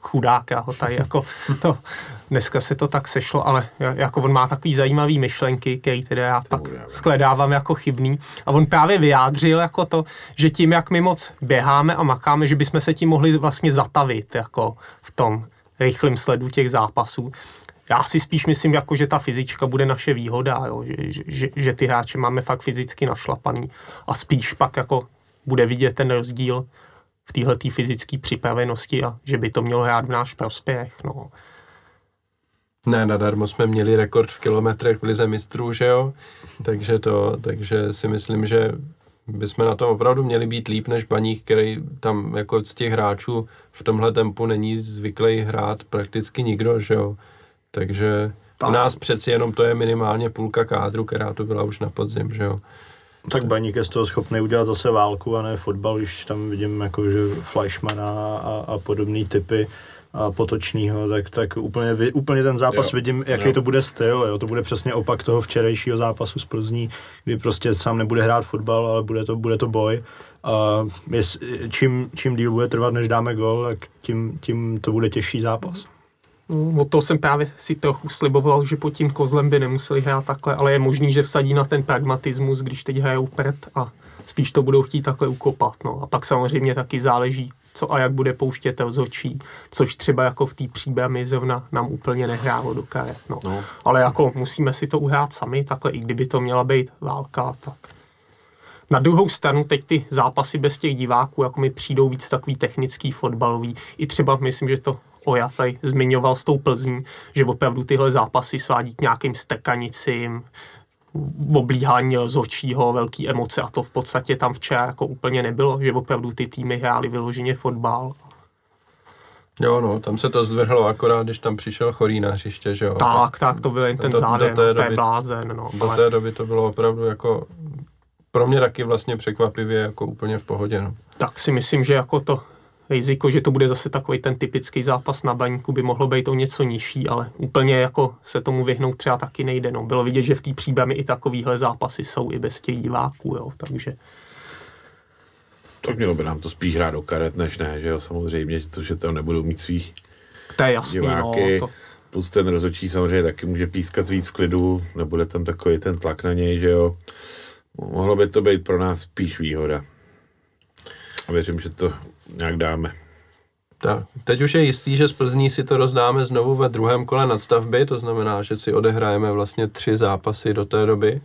chudák, já ho tady jako to, dneska se to tak sešlo, ale jako on má takový zajímavý myšlenky, který teda já pak shledávám jako chybný. A on právě vyjádřil jako to, že tím, jak my moc běháme a makáme, že bychom se tím mohli vlastně zatavit jako v tom rychlém sledu těch zápasů. Já si spíš myslím, jako, že ta fyzička bude naše výhoda, jo? Že ty hráče máme fakt fyzicky našlapaný a spíš pak jako bude vidět ten rozdíl v téhletý fyzické připravenosti a že by to mělo hrát v náš prospěch. No. Ne, nadarmo jsme měli rekord v kilometrech v lize mistrů, že jo? Takže si myslím, že bychom na tom opravdu měli být líp než Baník, který tam jako z těch hráčů v tomhle tempu není zvyklý hrát prakticky nikdo, že jo? Takže u nás přeci jenom to je minimálně půlka kádru, která to byla už na podzim, že jo? Tak Baník je z toho schopný udělat zase válku a ne fotbal, když tam vidím jako, že Fleischmana a podobný typy a Potočnýho, tak úplně ten zápas vidím, jaký to bude styl, jo? To bude přesně opak toho včerejšího zápasu z Plzní, kdy prostě sám nebude hrát fotbal, ale bude to boj. A čím díl bude trvat, než dáme gol, tak tím to bude těžší zápas. Od toho jsem právě si trochu sliboval, že pod tím kozlem by nemuseli hrát takhle, ale je možný, že vsadí na ten pragmatismus, když teď hrajou prd a spíš to budou chtít takhle ukopat. No. A pak samozřejmě taky záleží, co a jak bude pouštět rozhodčí, což třeba jako v té příbrami zrovna nám úplně nehrálo do karet. No. Ale jako musíme si to uhrát sami, takhle i kdyby to měla být válka, tak. Na druhou stranu teď ty zápasy bez těch diváků, jako mi přijdou víc takový technický, fotbalový. I třeba myslím, že to Oja tady zmiňoval s tou Plzní, že opravdu tyhle zápasy svádí k nějakým stekanicím, oblíhání rozhodčího, velký emoce a to v podstatě tam včera jako úplně nebylo, že opravdu ty týmy hrály vyloženě fotbal. Jo, no, tam se to zdvrhlo akorát, když tam přišel Chorý na hřiště, že jo. Tak, to byl jen ten záden, to je blázen, no. Do té doby to bylo opravdu jako, pro mě taky vlastně překvapivě jako úplně v pohodě, no. Tak si myslím, že jako to riziko, že to bude zase takový ten typický zápas na Baníku, by mohlo být o něco nižší, ale úplně jako se tomu vyhnout třeba taky nejde. No. Bylo vidět, že v té příbrami i takovýhle zápasy jsou i bez těch diváků, jo, takže. Tak mělo by nám to spíš hrát do karet, než ne, že jo, samozřejmě, že tam nebudou mít svý to je jasný, diváky. No, Plus ten rozhodčí samozřejmě taky může pískat víc v klidu, nebude tam takový ten tlak na něj, že jo. Mohlo by to být pro nás spíš výhoda. A věřím, že to nějak dáme. Tak, teď už je jistý, že z Plzní si to rozdáme znovu ve druhém kole nadstavby, to znamená, že si odehrajeme vlastně 3 zápasy do té doby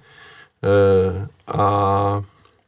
a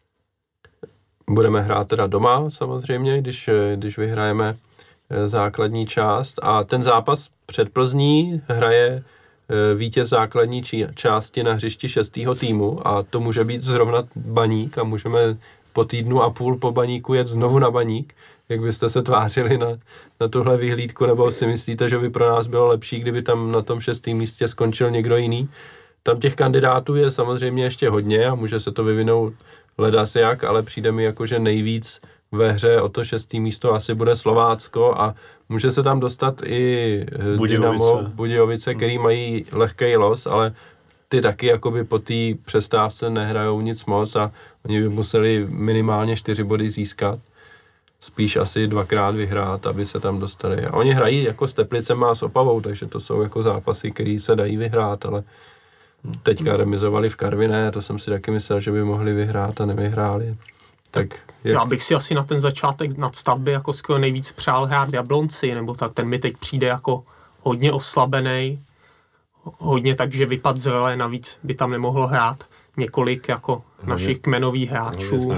budeme hrát teda doma samozřejmě, když vyhrajeme základní část a ten zápas před Plzní hraje vítěz základní části na hřišti 6. týmu a to může být zrovna Baník a můžeme po týdnu a půl po Baníku jet znovu na Baník. Jak byste se tvářili na tuhle vyhlídku, nebo si myslíte, že by pro nás bylo lepší, kdyby tam na tom 6. místě skončil někdo jiný? Tam těch kandidátů je samozřejmě ještě hodně a může se to vyvinout ledas jak, ale přijde mi jako, že nejvíc ve hře o to 6. místo asi bude Slovácko a může se tam dostat i Dynamo Budějovice, který mají lehký los, ale ty taky jakoby po té přestávce nehrajou nic moc a oni by museli minimálně 4 body získat. Spíš asi 2krát vyhrát, aby se tam dostali. A oni hrají jako s Teplicem a s Opavou, takže to jsou jako zápasy, které se dají vyhrát, ale teďka remizovali v Karviné, to jsem si taky myslel, že by mohli vyhrát a nevyhráli. Tak já bych si asi na ten začátek nadstavby jako skoro nejvíc přál hrát v Jablonci, nebo tak ten mi teď přijde jako hodně oslabený, hodně takže vypad zrele, navíc by tam nemohlo hrát několik jako našich kmenových hráčů.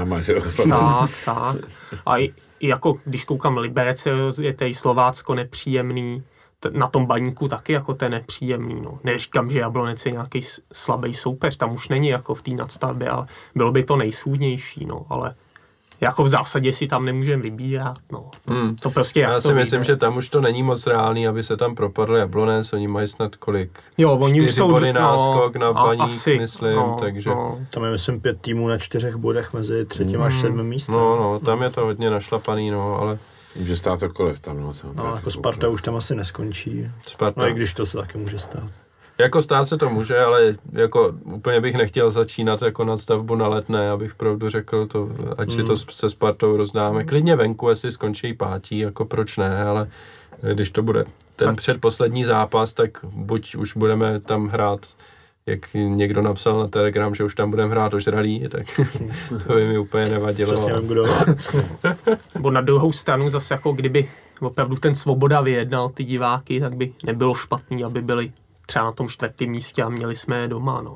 Tak. A i jako když koukám Liberec, je tady Slovácko nepříjemný, na tom Baníku taky jako ten nepříjemný. No. Neříkám, že Jablonec je nějaký slabý soupeř, tam už není jako v té nadstavbě, ale bylo by to nejsůdnější, no, ale jako v zásadě si tam nemůžeme vybírat, no. To prostě já si myslím, že tam už to není moc reálný, aby se tam propadl Jablonec, oni mají snad kolik? Jo, oni 4 už jsou body náskok na Baník, asi, myslím, takže. Tam je myslím 5 týmů na 4 bodech mezi 3. až 7. místem. No, tam je to hodně našlapaný, no, ale může stát cokoliv tam, no. Jako Sparta už tam asi neskončí. No i když to se taky může stát. Jako stát se to může, ale jako úplně bych nechtěl začínat jako nadstavbu na Letné, abych pravdu řekl, to, ať si to se Spartou rozdáme. Klidně venku, jestli skončí 5, jako proč ne, ale když to bude ten předposlední zápas, tak buď už budeme tam hrát, jak někdo napsal na Telegram, že už tam budeme hrát ožralí, tak to by mi úplně nevadilo. Přesně vím, kdo. Bo na druhou stranu zase jako kdyby opravdu ten Svoboda vyjednal ty diváky, tak by nebylo špatný, aby byli třeba na tom 4. místě a měli jsme je doma. No.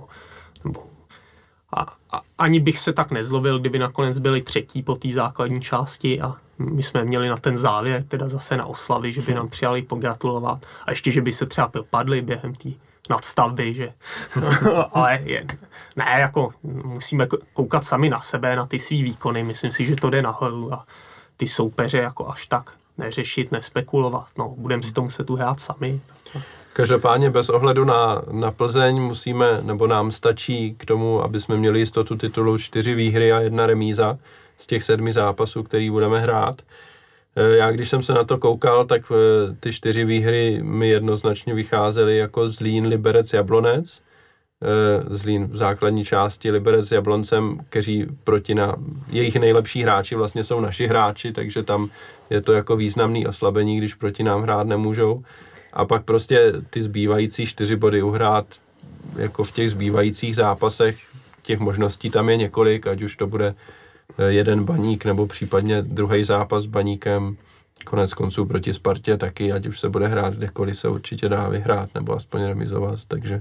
A ani bych se tak nezlobil, kdyby nakonec byli 3. po té základní části a my jsme měli na ten závěr teda zase na oslavy, že by nám přijali pogratulovat a ještě, že by se třeba propadli během té nadstavby, že ale jako musíme koukat sami na sebe, na ty svý výkony, myslím si, že to jde nahoru a ty soupeře jako až tak neřešit, nespekulovat, no, budeme si to muset tu hrát sami. Každopádně bez ohledu na Plzeň musíme, nebo nám stačí k tomu, aby jsme měli jistotu titulu 4 výhry a 1 remíza z těch 7 zápasů, který budeme hrát. Já když jsem se na to koukal, tak ty 4 výhry mi jednoznačně vycházely jako Zlín, Liberec, Jablonec. Zlín v základní části, Liberec s Jabloncem, kteří jejich nejlepší hráči vlastně jsou naši hráči, takže tam je to jako významný oslabení, když proti nám hrát nemůžou. A pak prostě ty zbývající 4 body uhrát jako v těch zbývajících zápasech, těch možností tam je několik, ať už to bude jeden Baník nebo případně druhý zápas s Baníkem, konec konců proti Spartě taky, ať už se bude hrát kdekoliv, se určitě dá vyhrát nebo aspoň remizovat, takže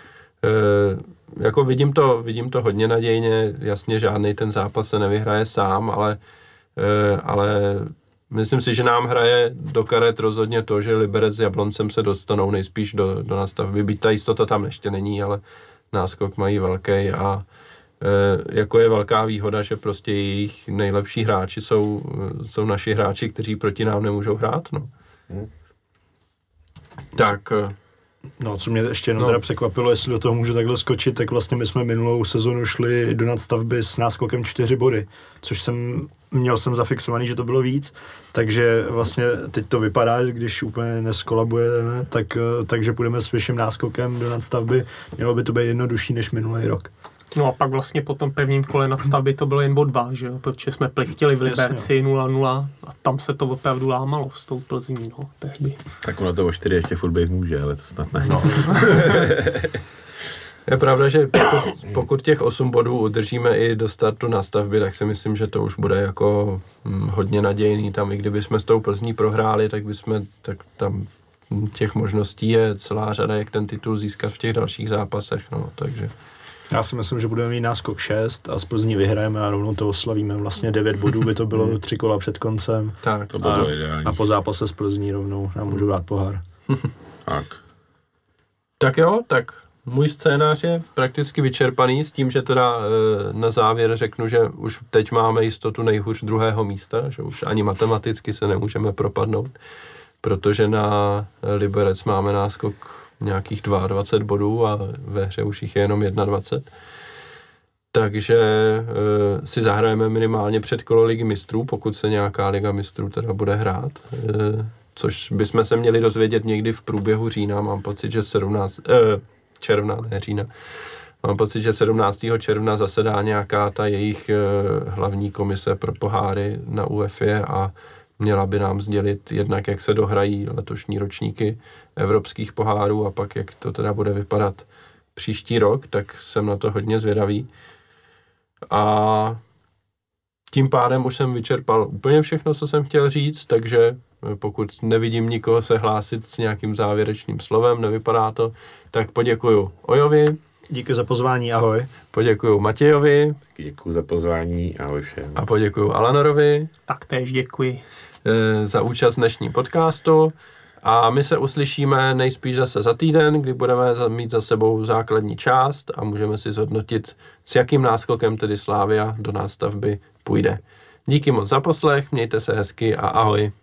jako vidím to hodně nadějně, jasně žádný ten zápas se nevyhraje sám, ale myslím si, že nám hraje do karet rozhodně to, že Liberec s Jabloncem se dostanou nejspíš do nastavby, byť ta jistota tam ještě není, ale náskok mají velký a jako je velká výhoda, že prostě jejich nejlepší hráči jsou naši hráči, kteří proti nám nemůžou hrát, no. Tak. No, co mě ještě jenom teda překvapilo, jestli do toho můžu takhle skočit, tak vlastně my jsme minulou sezonu šli do nadstavby s náskokem 4 body, což měl jsem zafixovaný, že to bylo víc, takže vlastně teď to vypadá, že když úplně neskolabujeme, takže půjdeme s vyšším náskokem do nadstavby, mělo by to být jednodušší než minulý rok. No a pak vlastně po tom prvním kole nadstavby to bylo jen o 2, že jo, protože jsme plichtili v Liberci 0-0 a tam se to opravdu lámalo s tou Plzní, no, tehdy. Tak ono to o 4 ještě furt být může, ale to snad ne. No. Je pravda, že pokud těch 8 bodů udržíme i do startu nastavby, tak si myslím, že to už bude jako hodně nadějný. Tam i kdyby jsme s tou Plzní prohráli, tak tam těch možností je celá řada, jak ten titul získat v těch dalších zápasech, no, takže... Já si myslím, že budeme mít náskok 6 a z Plzní vyhrajeme a rovnou to oslavíme. Vlastně 9 bodů by to bylo 3 kola před koncem. Tak, to bylo ideální. A po zápase s Plzní rovnou nám můžu dát pohár. Tak jo, tak můj scénář je prakticky vyčerpaný s tím, že teda na závěr řeknu, že už teď máme jistotu nejhůř 2. místa, že už ani matematicky se nemůžeme propadnout, protože na Liberec máme náskok nějakých 22 bodů a ve hře už jich je jenom 21. Takže si zahrajeme minimálně před kolo Ligy mistrů, pokud se nějaká Liga mistrů teda bude hrát, což bychom se měli dozvědět někdy v průběhu října. Mám pocit, že června, ne října. Mám pocit, že 17. června zasedá nějaká ta jejich hlavní komise pro poháry na UEFA a měla by nám sdělit jednak, jak se dohrají letošní ročníky evropských pohárů a pak, jak to teda bude vypadat příští rok, tak jsem na to hodně zvědavý. A tím pádem už jsem vyčerpal úplně všechno, co jsem chtěl říct, takže pokud nevidím nikoho se hlásit s nějakým závěrečným slovem, nevypadá to, tak poděkuju Ojovi. Díky za pozvání, ahoj. Poděkuju Matějovi. Děkuju za pozvání, ahoj všem. A poděkuju Alanorovi. Taktéž děkuji. Za účast v dnešním podcastu. A my se uslyšíme nejspíš zase za týden, kdy budeme mít za sebou základní část a můžeme si zhodnotit, s jakým náskokem tedy Slavia do nástavby půjde. Díky moc za poslech, mějte se hezky a ahoj.